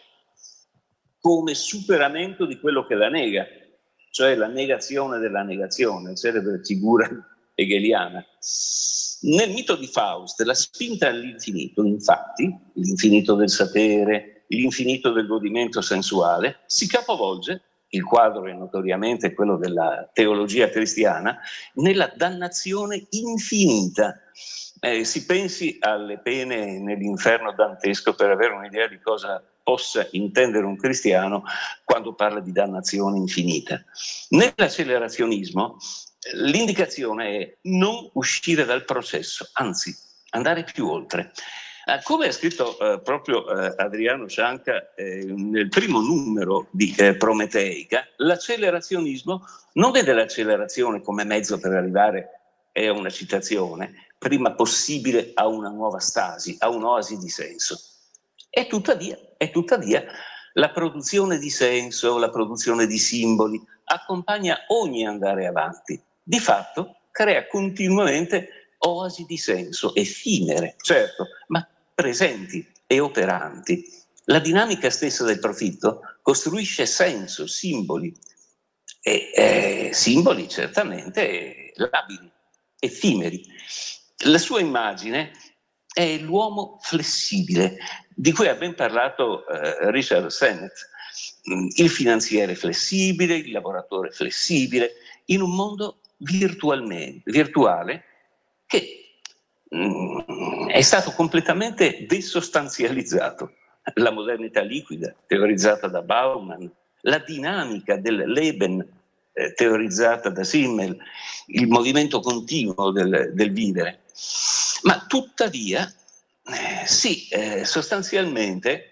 come superamento di quello che la nega, cioè la negazione della negazione, celebre figura hegeliana. Nel mito di Faust, la spinta all'infinito, infatti, l'infinito del sapere, l'infinito del godimento sensuale, si capovolge, il quadro è notoriamente quello della teologia cristiana, nella dannazione infinita. Eh, si pensi alle pene nell'inferno dantesco per avere un'idea di cosa possa intendere un cristiano quando parla di dannazione infinita. Nell'accelerazionismo l'indicazione è non uscire dal processo, anzi andare più oltre. Eh, come ha scritto eh, proprio eh, Adriano Cianca eh, nel primo numero di eh, Prometeica, l'accelerazionismo non vede l'accelerazione come mezzo per arrivare, è una citazione, prima possibile a una nuova stasi, a un'oasi di senso. E tuttavia, e tuttavia la produzione di senso, la produzione di simboli accompagna ogni andare avanti. Di fatto crea continuamente oasi di senso, effimere, certo, ma presenti e operanti. La dinamica stessa del profitto costruisce senso, simboli, e eh, simboli certamente labili, effimeri. La sua immagine è l'uomo flessibile, di cui ha ben parlato eh, Richard Sennett, il finanziere flessibile, il lavoratore flessibile, in un mondo virtualmente, virtuale che mh, è stato completamente desostanzializzato. La modernità liquida, teorizzata da Bauman, la dinamica del Leben, eh, teorizzata da Simmel, il movimento continuo del, del vivere. Ma tuttavia, eh, sì, eh, sostanzialmente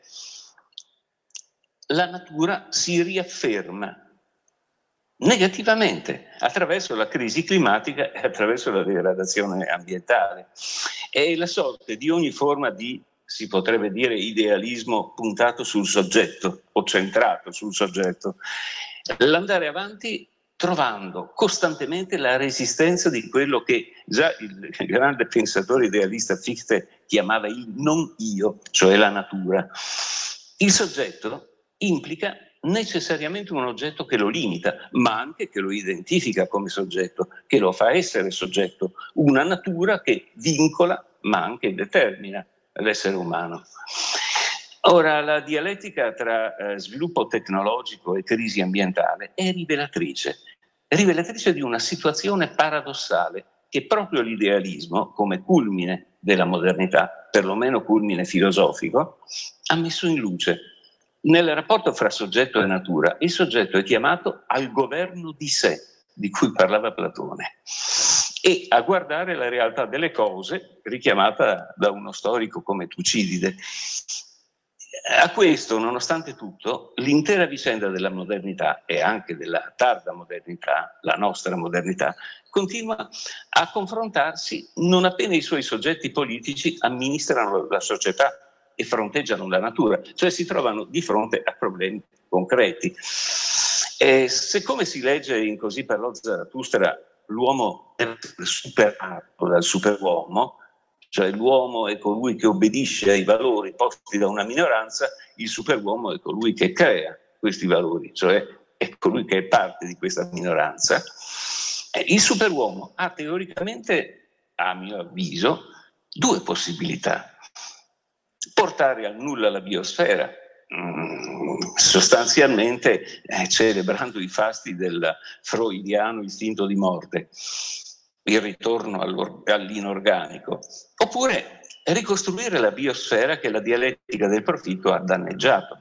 la natura si riafferma negativamente attraverso la crisi climatica e attraverso la degradazione ambientale. È la sorte di ogni forma di, si potrebbe dire, idealismo puntato sul soggetto o centrato sul soggetto. L'andare avanti trovando costantemente la resistenza di quello che già il grande pensatore idealista Fichte chiamava il non io, cioè la natura. Il soggetto implica necessariamente un oggetto che lo limita, ma anche che lo identifica come soggetto, che lo fa essere soggetto, una natura che vincola ma anche determina l'essere umano. Ora, la dialettica tra eh, sviluppo tecnologico e crisi ambientale è rivelatrice, rivelatrice di una situazione paradossale che proprio l'idealismo, come culmine della modernità, perlomeno culmine filosofico, ha messo in luce. Nel rapporto fra soggetto e natura, il soggetto è chiamato al governo di sé, di cui parlava Platone, e a guardare la realtà delle cose, richiamata da uno storico come Tucidide. A questo, nonostante tutto, l'intera vicenda della modernità e anche della tarda modernità, la nostra modernità, continua a confrontarsi non appena i suoi soggetti politici amministrano la società e fronteggiano la natura, cioè si trovano di fronte a problemi concreti. E se, come si legge in Così parlò Zarathustra, l'uomo è superato dal superuomo, cioè l'uomo è colui che obbedisce ai valori posti da una minoranza, il superuomo è colui che crea questi valori, cioè è colui che è parte di questa minoranza. Il superuomo ha teoricamente, a mio avviso, due possibilità. Portare al nulla la biosfera, sostanzialmente eh, celebrando i fasti del freudiano istinto di morte, il ritorno all'inorganico, oppure ricostruire la biosfera che la dialettica del profitto ha danneggiato.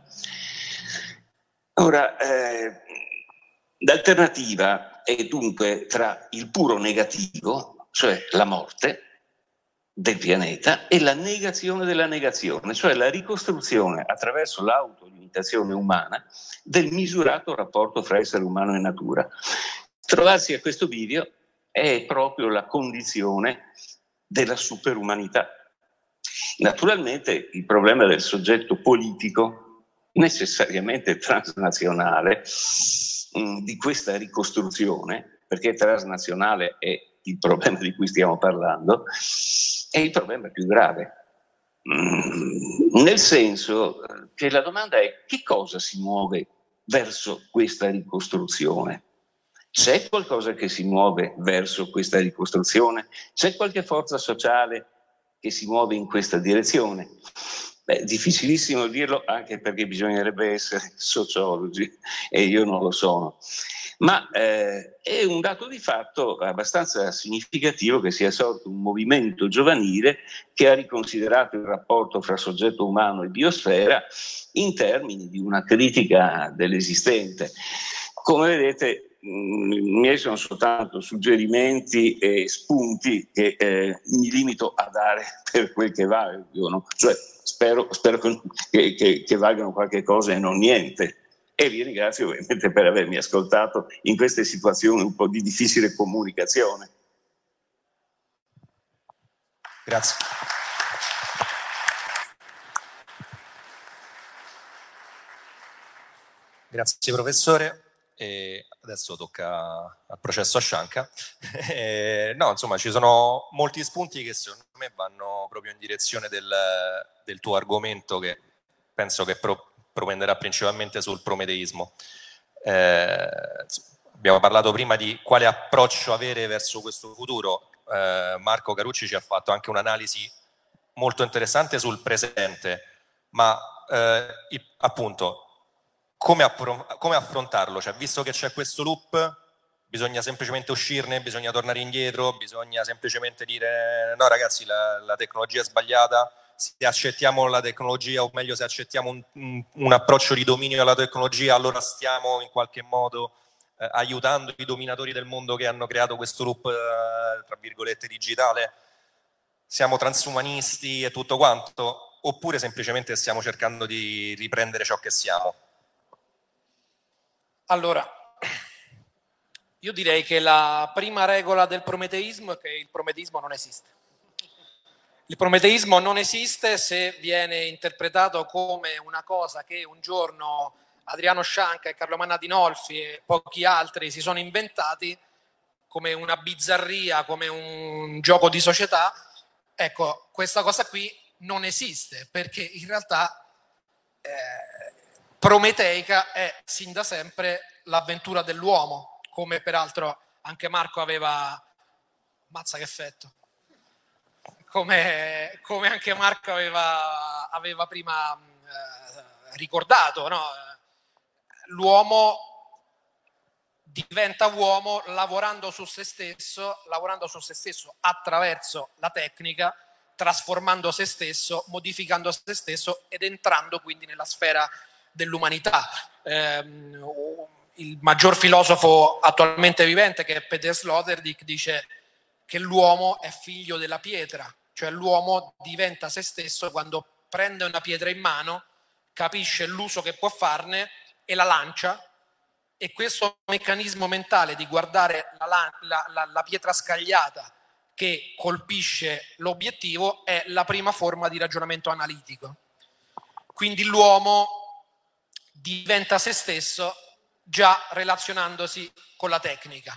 Ora, eh, l'alternativa è dunque tra il puro negativo, cioè la morte del pianeta, e la negazione della negazione, cioè la ricostruzione attraverso l'autolimitazione umana del misurato rapporto fra essere umano e natura. Trovarsi a questo bivio è proprio la condizione della superumanità. Naturalmente il problema del soggetto politico, necessariamente transnazionale, mh, di questa ricostruzione, perché transnazionale è il problema di cui stiamo parlando, è il problema più grave. Mm, nel senso che la domanda è: che cosa si muove verso questa ricostruzione? C'è qualcosa che si muove verso questa ricostruzione? C'è qualche forza sociale che si muove in questa direzione? Beh, difficilissimo dirlo, anche perché bisognerebbe essere sociologi e io non lo sono. Ma eh, è un dato di fatto abbastanza significativo che sia sorto un movimento giovanile che ha riconsiderato il rapporto fra soggetto umano e biosfera in termini di una critica dell'esistente. Come vedete, mh, i miei sono soltanto suggerimenti e spunti che eh, mi limito a dare per quel che valgono, cioè spero, spero che, che, che valgano qualche cosa e non niente. E vi ringrazio ovviamente per avermi ascoltato in queste situazioni un po' di difficile comunicazione. Grazie. Grazie professore. E adesso tocca al processo a Scianca. E, no, insomma, ci sono molti spunti che secondo me vanno proprio in direzione del, del tuo argomento, che penso che pro, propenderà principalmente sul prometeismo. Eh, abbiamo parlato prima di quale approccio avere verso questo futuro. Eh, Marco Carucci ci ha fatto anche un'analisi molto interessante sul presente, ma eh, appunto come, come affrontarlo? Cioè, visto che c'è questo loop, bisogna semplicemente uscirne, bisogna tornare indietro, bisogna semplicemente dire no ragazzi, la, la tecnologia è sbagliata, se accettiamo la tecnologia, o meglio se accettiamo un, un, un approccio di dominio della tecnologia, allora stiamo in qualche modo eh, aiutando i dominatori del mondo che hanno creato questo loop eh, tra virgolette digitale. Siamo transumanisti e tutto quanto, oppure semplicemente stiamo cercando di riprendere ciò che siamo? Allora, io direi che la prima regola del prometeismo è che il prometeismo non esiste. Il prometeismo non esiste se viene interpretato come una cosa che un giorno Adriano Scianca e Carlo Manna Dinolfi e pochi altri si sono inventati come una bizzarria, come un gioco di società. Ecco, questa cosa qui non esiste, perché in realtà eh, prometeica è sin da sempre l'avventura dell'uomo, come peraltro anche Marco aveva... Mazza che effetto! Come, come anche Marco aveva, aveva prima eh, ricordato, no? L'uomo diventa uomo lavorando su se stesso, lavorando su se stesso attraverso la tecnica, trasformando se stesso, modificando se stesso ed entrando quindi nella sfera dell'umanità. Eh, il maggior filosofo attualmente vivente, che è Peter Sloterdijk, dice che l'uomo è figlio della pietra, cioè l'uomo diventa se stesso quando prende una pietra in mano, capisce l'uso che può farne e la lancia, e questo meccanismo mentale di guardare la, la, la, la pietra scagliata che colpisce l'obiettivo è la prima forma di ragionamento analitico. Quindi l'uomo diventa se stesso già relazionandosi con la tecnica.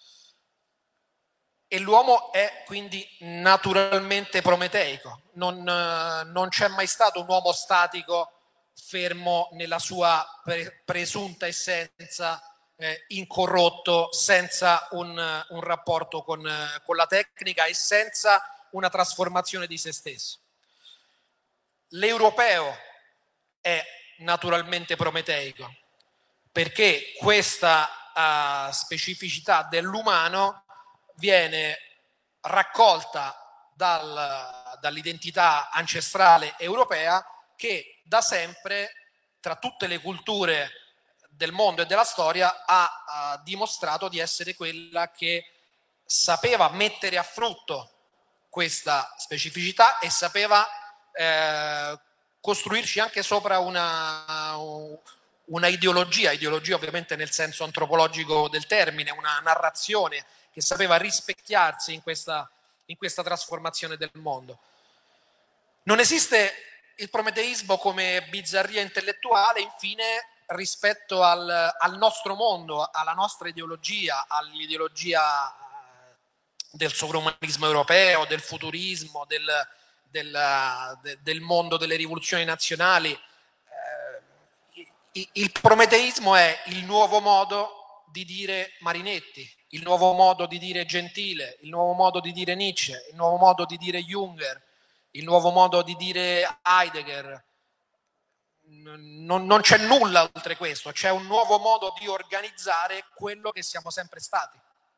E l'uomo è quindi naturalmente prometeico, non, non c'è mai stato un uomo statico fermo nella sua pre- presunta essenza eh, incorrotto, senza un, un rapporto con, con la tecnica e senza una trasformazione di se stesso. L'europeo è naturalmente prometeico, perché questa uh, specificità dell'umano viene raccolta dal, dall'identità ancestrale europea, che da sempre, tra tutte le culture del mondo e della storia, ha, ha dimostrato di essere quella che sapeva mettere a frutto questa specificità e sapeva eh, costruirci anche sopra una, una ideologia, ideologia ovviamente nel senso antropologico del termine, una narrazione che sapeva rispecchiarsi in questa, in questa trasformazione del mondo. Non esiste il prometeismo come bizzarria intellettuale, infine, rispetto al, al nostro mondo, alla nostra ideologia, all'ideologia del sovranaumanismo europeo, del futurismo, del, del, de, del mondo delle rivoluzioni nazionali. Eh, il prometeismo è il nuovo modo di dire Marinetti, il nuovo modo di dire Gentile, il nuovo modo di dire Nietzsche, il nuovo modo di dire Junger, il nuovo modo di dire Heidegger. Non, non c'è nulla oltre questo, c'è un nuovo modo di organizzare quello che siamo sempre stati.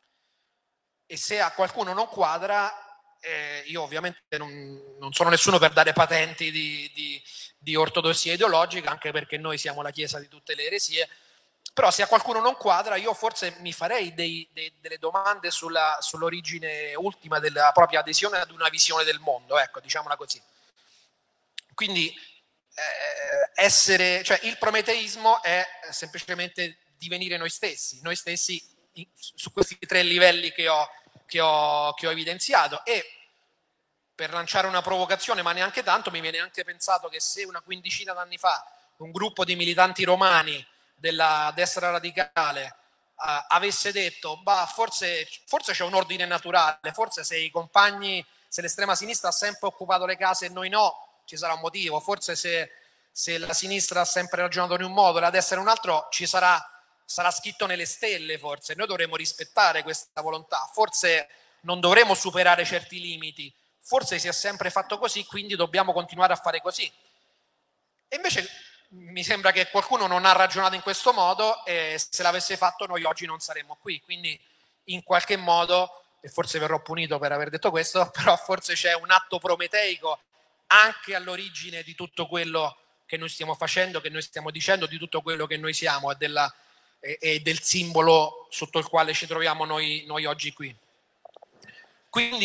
E se a qualcuno non quadra, eh, io ovviamente non, non sono nessuno per dare patenti di, di, di ortodossia ideologica, anche perché noi siamo la chiesa di tutte le eresie, però se a qualcuno non quadra, io forse mi farei dei, dei, delle domande sulla, sull'origine ultima della propria adesione ad una visione del mondo, ecco, diciamola così. Quindi eh, essere, cioè il prometeismo è semplicemente divenire noi stessi, noi stessi in, su questi tre livelli che ho, che ho, che ho evidenziato. E per lanciare una provocazione, ma neanche tanto, mi viene anche pensato che se una quindicina d'anni fa un gruppo di militanti romani della destra radicale uh, avesse detto bah, forse, forse c'è un ordine naturale, forse se i compagni, se l'estrema sinistra ha sempre occupato le case e noi no, ci sarà un motivo, forse se, se la sinistra ha sempre ragionato in un modo e la destra in un altro, ci sarà, sarà scritto nelle stelle, forse noi dovremo rispettare questa volontà, forse non dovremo superare certi limiti, forse si è sempre fatto così, quindi dobbiamo continuare a fare così. E invece mi sembra che qualcuno non ha ragionato in questo modo, e se l'avesse fatto noi oggi non saremmo qui. Quindi in qualche modo, e forse verrò punito per aver detto questo, però forse c'è un atto prometeico anche all'origine di tutto quello che noi stiamo facendo, che noi stiamo dicendo, di tutto quello che noi siamo e, della, e, e del simbolo sotto il quale ci troviamo noi, noi oggi qui. Quindi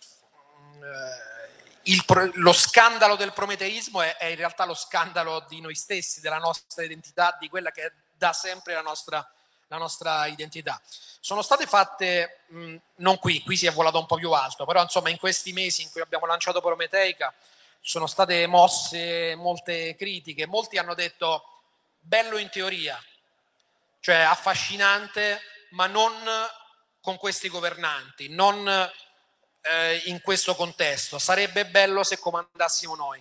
eh, Il, lo scandalo del prometeismo è, è in realtà lo scandalo di noi stessi, della nostra identità, di quella che è da sempre la nostra, la nostra identità. Sono state fatte, mh, non qui, qui si è volato un po' più alto, però insomma in questi mesi in cui abbiamo lanciato Prometeica sono state mosse molte critiche, molti hanno detto bello in teoria, cioè affascinante, ma non con questi governanti, non in questo contesto, sarebbe bello se comandassimo noi.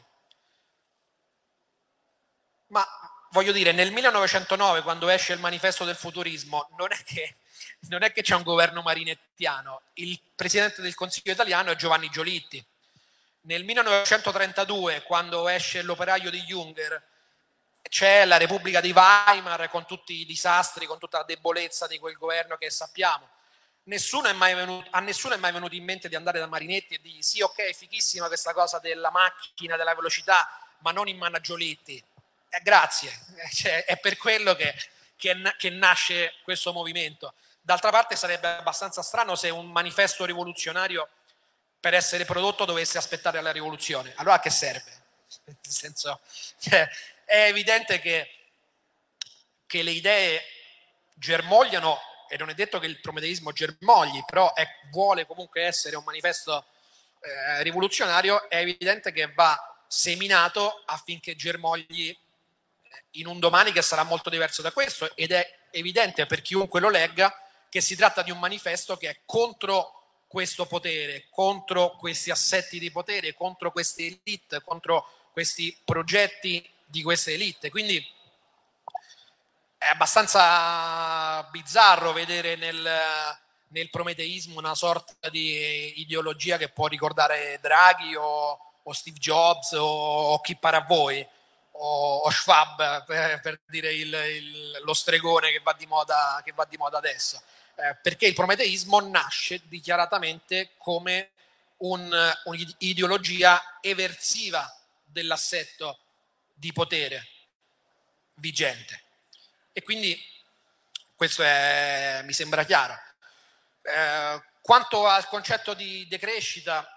Ma voglio dire, nel millenovecentonove, quando esce il manifesto del futurismo, non è che, non è che c'è un governo marinettiano, il presidente del Consiglio italiano è Giovanni Giolitti. Nel millenovecentotrentadue, quando esce l'operaio di Junger, c'è la Repubblica di Weimar con tutti i disastri, con tutta la debolezza di quel governo che sappiamo. Nessuno è mai venuto, a nessuno è mai venuto in mente di andare da Marinetti e di sì, ok, fighissima questa cosa della macchina, della velocità, ma non in mano a Giolitti. Eh, grazie, cioè, è per quello che, che, che nasce questo movimento. D'altra parte sarebbe abbastanza strano se un manifesto rivoluzionario per essere prodotto dovesse aspettare la rivoluzione. Allora a che serve? Nel senso, cioè, è evidente che, che le idee germogliano, e non è detto che il prometeismo germogli, però è, vuole comunque essere un manifesto eh, rivoluzionario, è evidente che va seminato affinché germogli in un domani che sarà molto diverso da questo, ed è evidente per chiunque lo legga che si tratta di un manifesto che è contro questo potere, contro questi assetti di potere, contro queste elite, contro questi progetti di queste elite. Quindi è abbastanza bizzarro vedere nel, nel prometeismo una sorta di ideologia che può ricordare Draghi o, o Steve Jobs o, o chi pare a voi, o, o Schwab, per, per dire il, il, lo stregone che va di moda, che va di moda adesso. Eh, perché il prometeismo nasce dichiaratamente come un, un'ideologia eversiva dell'assetto di potere vigente. E quindi questo è, mi sembra chiaro. Eh, quanto al concetto di decrescita,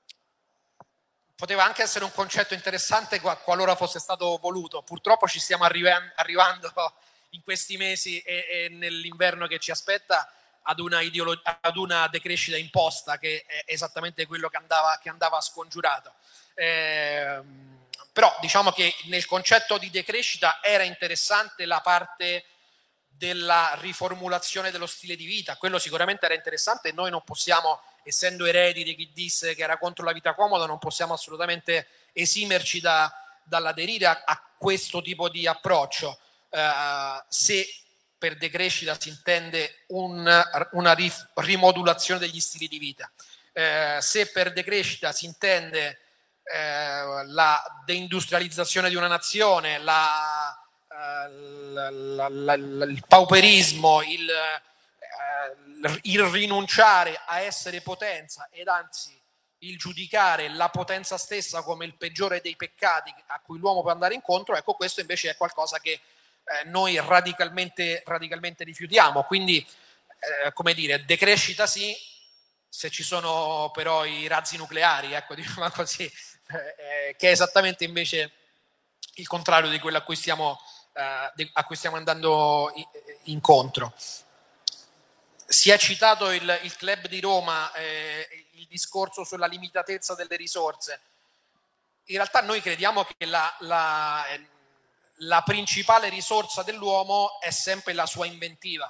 poteva anche essere un concetto interessante qualora fosse stato voluto. Purtroppo ci stiamo arrivando, arrivando in questi mesi e, e nell'inverno che ci aspetta ad una, ideolo- ad una decrescita imposta, che è esattamente quello che andava, che andava scongiurato. Eh, però diciamo che nel concetto di decrescita era interessante la parte della riformulazione dello stile di vita. Quello sicuramente era interessante e noi non possiamo, essendo eredi di chi disse che era contro la vita comoda, non possiamo assolutamente esimerci da, dall'aderire a, a questo tipo di approccio. Uh, se per decrescita si intende un, una rif, rimodulazione degli stili di vita, uh, se per decrescita si intende uh, la deindustrializzazione di una nazione, la La, la, la, il pauperismo, il, eh, il rinunciare a essere potenza ed anzi il giudicare la potenza stessa come il peggiore dei peccati a cui l'uomo può andare incontro, ecco, questo invece è qualcosa che eh, noi radicalmente, radicalmente rifiutiamo. Quindi, eh, come dire, decrescita sì, se ci sono però i razzi nucleari, ecco, diciamo così, eh, che è esattamente invece il contrario di quello a cui stiamo a cui stiamo andando incontro. Si è citato il, il Club di Roma, eh, il discorso sulla limitatezza delle risorse. In realtà noi crediamo che la, la, la principale risorsa dell'uomo è sempre la sua inventiva.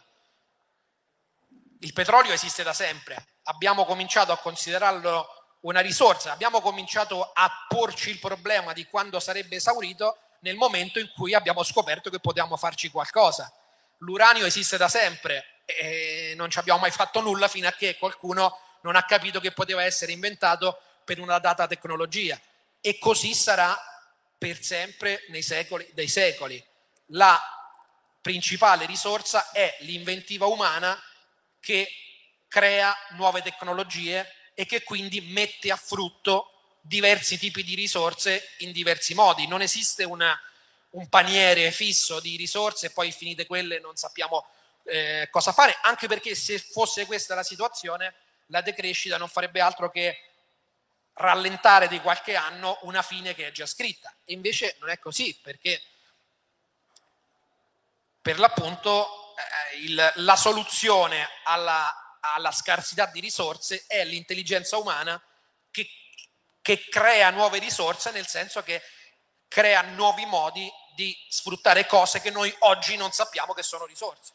Il petrolio esiste da sempre, abbiamo cominciato a considerarlo una risorsa, abbiamo cominciato a porci il problema di quando sarebbe esaurito nel momento in cui abbiamo scoperto che potevamo farci qualcosa. L'uranio esiste da sempre e non ci abbiamo mai fatto nulla fino a che qualcuno non ha capito che poteva essere inventato per una data tecnologia, e così sarà per sempre nei secoli dei secoli. La principale risorsa è l'inventiva umana che crea nuove tecnologie e che quindi mette a frutto diversi tipi di risorse in diversi modi. Non esiste una, un paniere fisso di risorse e poi finite quelle non sappiamo eh, cosa fare, anche perché se fosse questa la situazione la decrescita non farebbe altro che rallentare di qualche anno una fine che è già scritta, e invece non è così, perché per l'appunto eh, il, la soluzione alla, alla scarsità di risorse è l'intelligenza umana che che crea nuove risorse, nel senso che crea nuovi modi di sfruttare cose che noi oggi non sappiamo che sono risorse.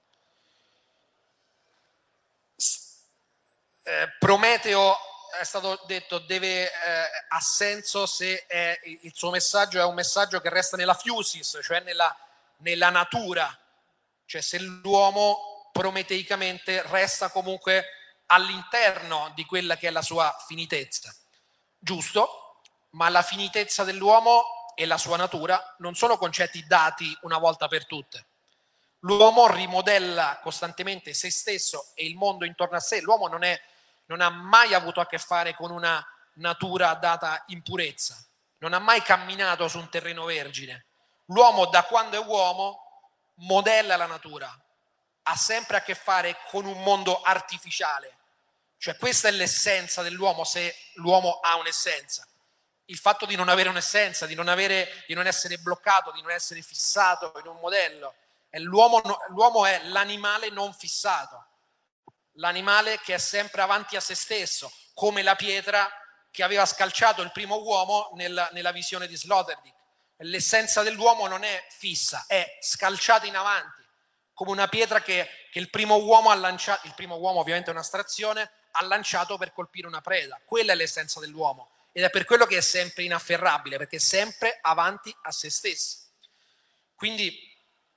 Eh, Prometeo, è stato detto, deve, eh, ha senso se è, il suo messaggio è un messaggio che resta nella physis, cioè nella, nella natura, cioè se l'uomo prometeicamente resta comunque all'interno di quella che è la sua finitezza. Giusto, ma la finitezza dell'uomo e la sua natura non sono concetti dati una volta per tutte. L'uomo rimodella costantemente se stesso e il mondo intorno a sé. L'uomo non, è, non ha mai avuto a che fare con una natura data in purezza, non ha mai camminato su un terreno vergine. L'uomo, da quando è uomo, modella la natura, ha sempre a che fare con un mondo artificiale. Cioè questa è l'essenza dell'uomo, se l'uomo ha un'essenza. Il fatto di non avere un'essenza, di non, avere, di non essere bloccato, di non essere fissato in un modello. È l'uomo, l'uomo è l'animale non fissato, l'animale che è sempre avanti a se stesso, come la pietra che aveva scalciato il primo uomo nella, nella visione di Sloterdijk. L'essenza dell'uomo non è fissa, è scalciata in avanti, come una pietra che, che il primo uomo ha lanciato, il primo uomo ovviamente è un'astrazione, ha lanciato per colpire una preda. Quella è l'essenza dell'uomo ed è per quello che è sempre inafferrabile, perché è sempre avanti a se stesso. Quindi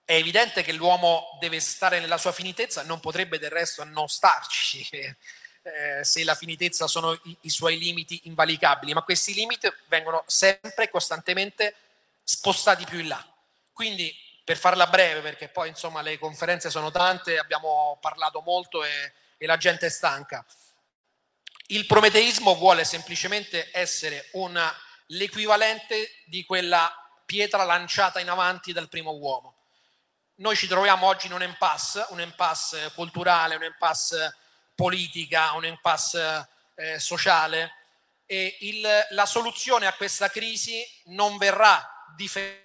è evidente che l'uomo deve stare nella sua finitezza, non potrebbe del resto non starci eh, se la finitezza sono i, i suoi limiti invalicabili, ma questi limiti vengono sempre e costantemente spostati più in là. Quindi, per farla breve, perché poi insomma le conferenze sono tante, abbiamo parlato molto e, e la gente è stanca, il prometeismo vuole semplicemente essere una, l'equivalente di quella pietra lanciata in avanti dal primo uomo. Noi ci troviamo oggi in un impasse, un impasse culturale, un impasse politica, un impasse eh, sociale, e il, la soluzione a questa crisi non verrà differente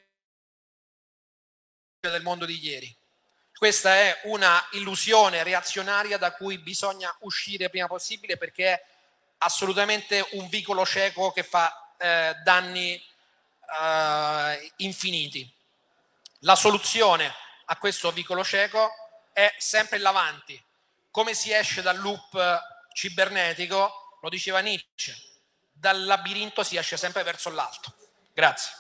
del mondo di ieri. Questa è una illusione reazionaria da cui bisogna uscire prima possibile, perché è assolutamente un vicolo cieco che fa eh, danni eh, infiniti. La soluzione a questo vicolo cieco è sempre l'avanti. Come si esce dal loop cibernetico? Lo diceva Nietzsche, dal labirinto si esce sempre verso l'alto. Grazie.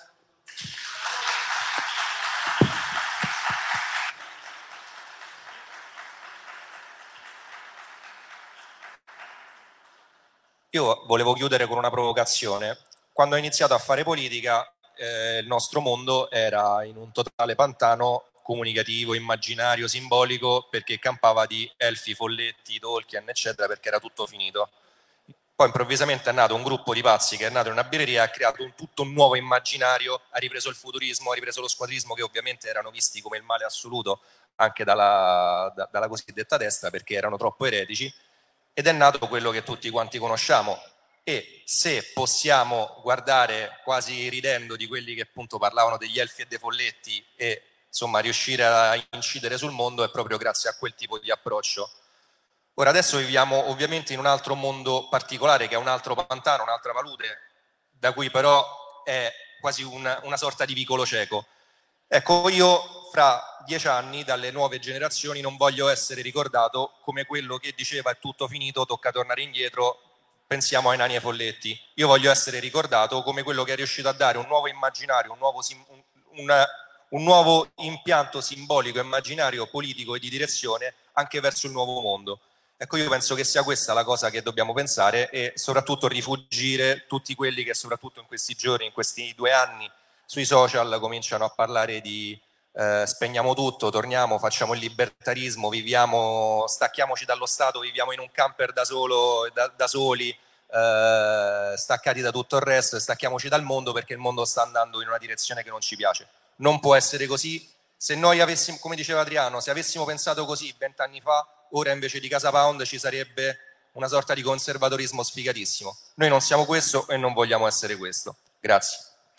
Io volevo chiudere con una provocazione. Quando ho iniziato a fare politica, eh, il nostro mondo era in un totale pantano comunicativo, immaginario, simbolico, perché campava di elfi, folletti, Tolkien, eccetera, perché era tutto finito. Poi improvvisamente è nato un gruppo di pazzi che è nato in una birreria, ha creato un, tutto un nuovo immaginario, ha ripreso il futurismo, ha ripreso lo squadrismo, che ovviamente erano visti come il male assoluto anche dalla, da, dalla cosiddetta destra, perché erano troppo eretici, ed è nato quello che tutti quanti conosciamo. E se possiamo guardare quasi ridendo di quelli che appunto parlavano degli elfi e dei folletti e insomma riuscire a incidere sul mondo, è proprio grazie a quel tipo di approccio. Ora adesso viviamo ovviamente in un altro mondo particolare, che è un altro pantano, un'altra palude, da cui però è quasi una, una sorta di vicolo cieco. Ecco, io fra dieci anni, dalle nuove generazioni, non voglio essere ricordato come quello che diceva è tutto finito, tocca tornare indietro, pensiamo ai nani e ai folletti. Io voglio essere ricordato come quello che è riuscito a dare un nuovo immaginario, un nuovo, un, un, un nuovo impianto simbolico, immaginario, politico e di direzione anche verso il nuovo mondo. Ecco, io penso che sia questa la cosa che dobbiamo pensare, e soprattutto rifugire tutti quelli che soprattutto in questi giorni, in questi due anni, sui social cominciano a parlare di eh, spegniamo tutto, torniamo, facciamo il libertarismo, viviamo, stacchiamoci dallo Stato, viviamo in un camper da, solo, da, da soli, eh, staccati da tutto il resto, e stacchiamoci dal mondo perché il mondo sta andando in una direzione che non ci piace. Non può essere così. Se noi avessimo, come diceva Adriano, se avessimo pensato così vent'anni fa, ora invece di Casa Pound ci sarebbe una sorta di conservatorismo sfigatissimo. Noi non siamo questo e non vogliamo essere questo. Grazie.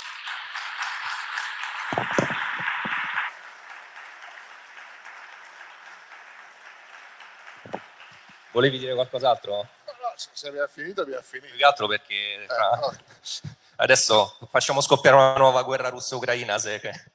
Volevi dire qualcos'altro? No, no, se abbiamo finito, abbiamo finito. Più che altro perché Eh, fra... no. adesso facciamo scoppiare una nuova guerra russo-ucraina se...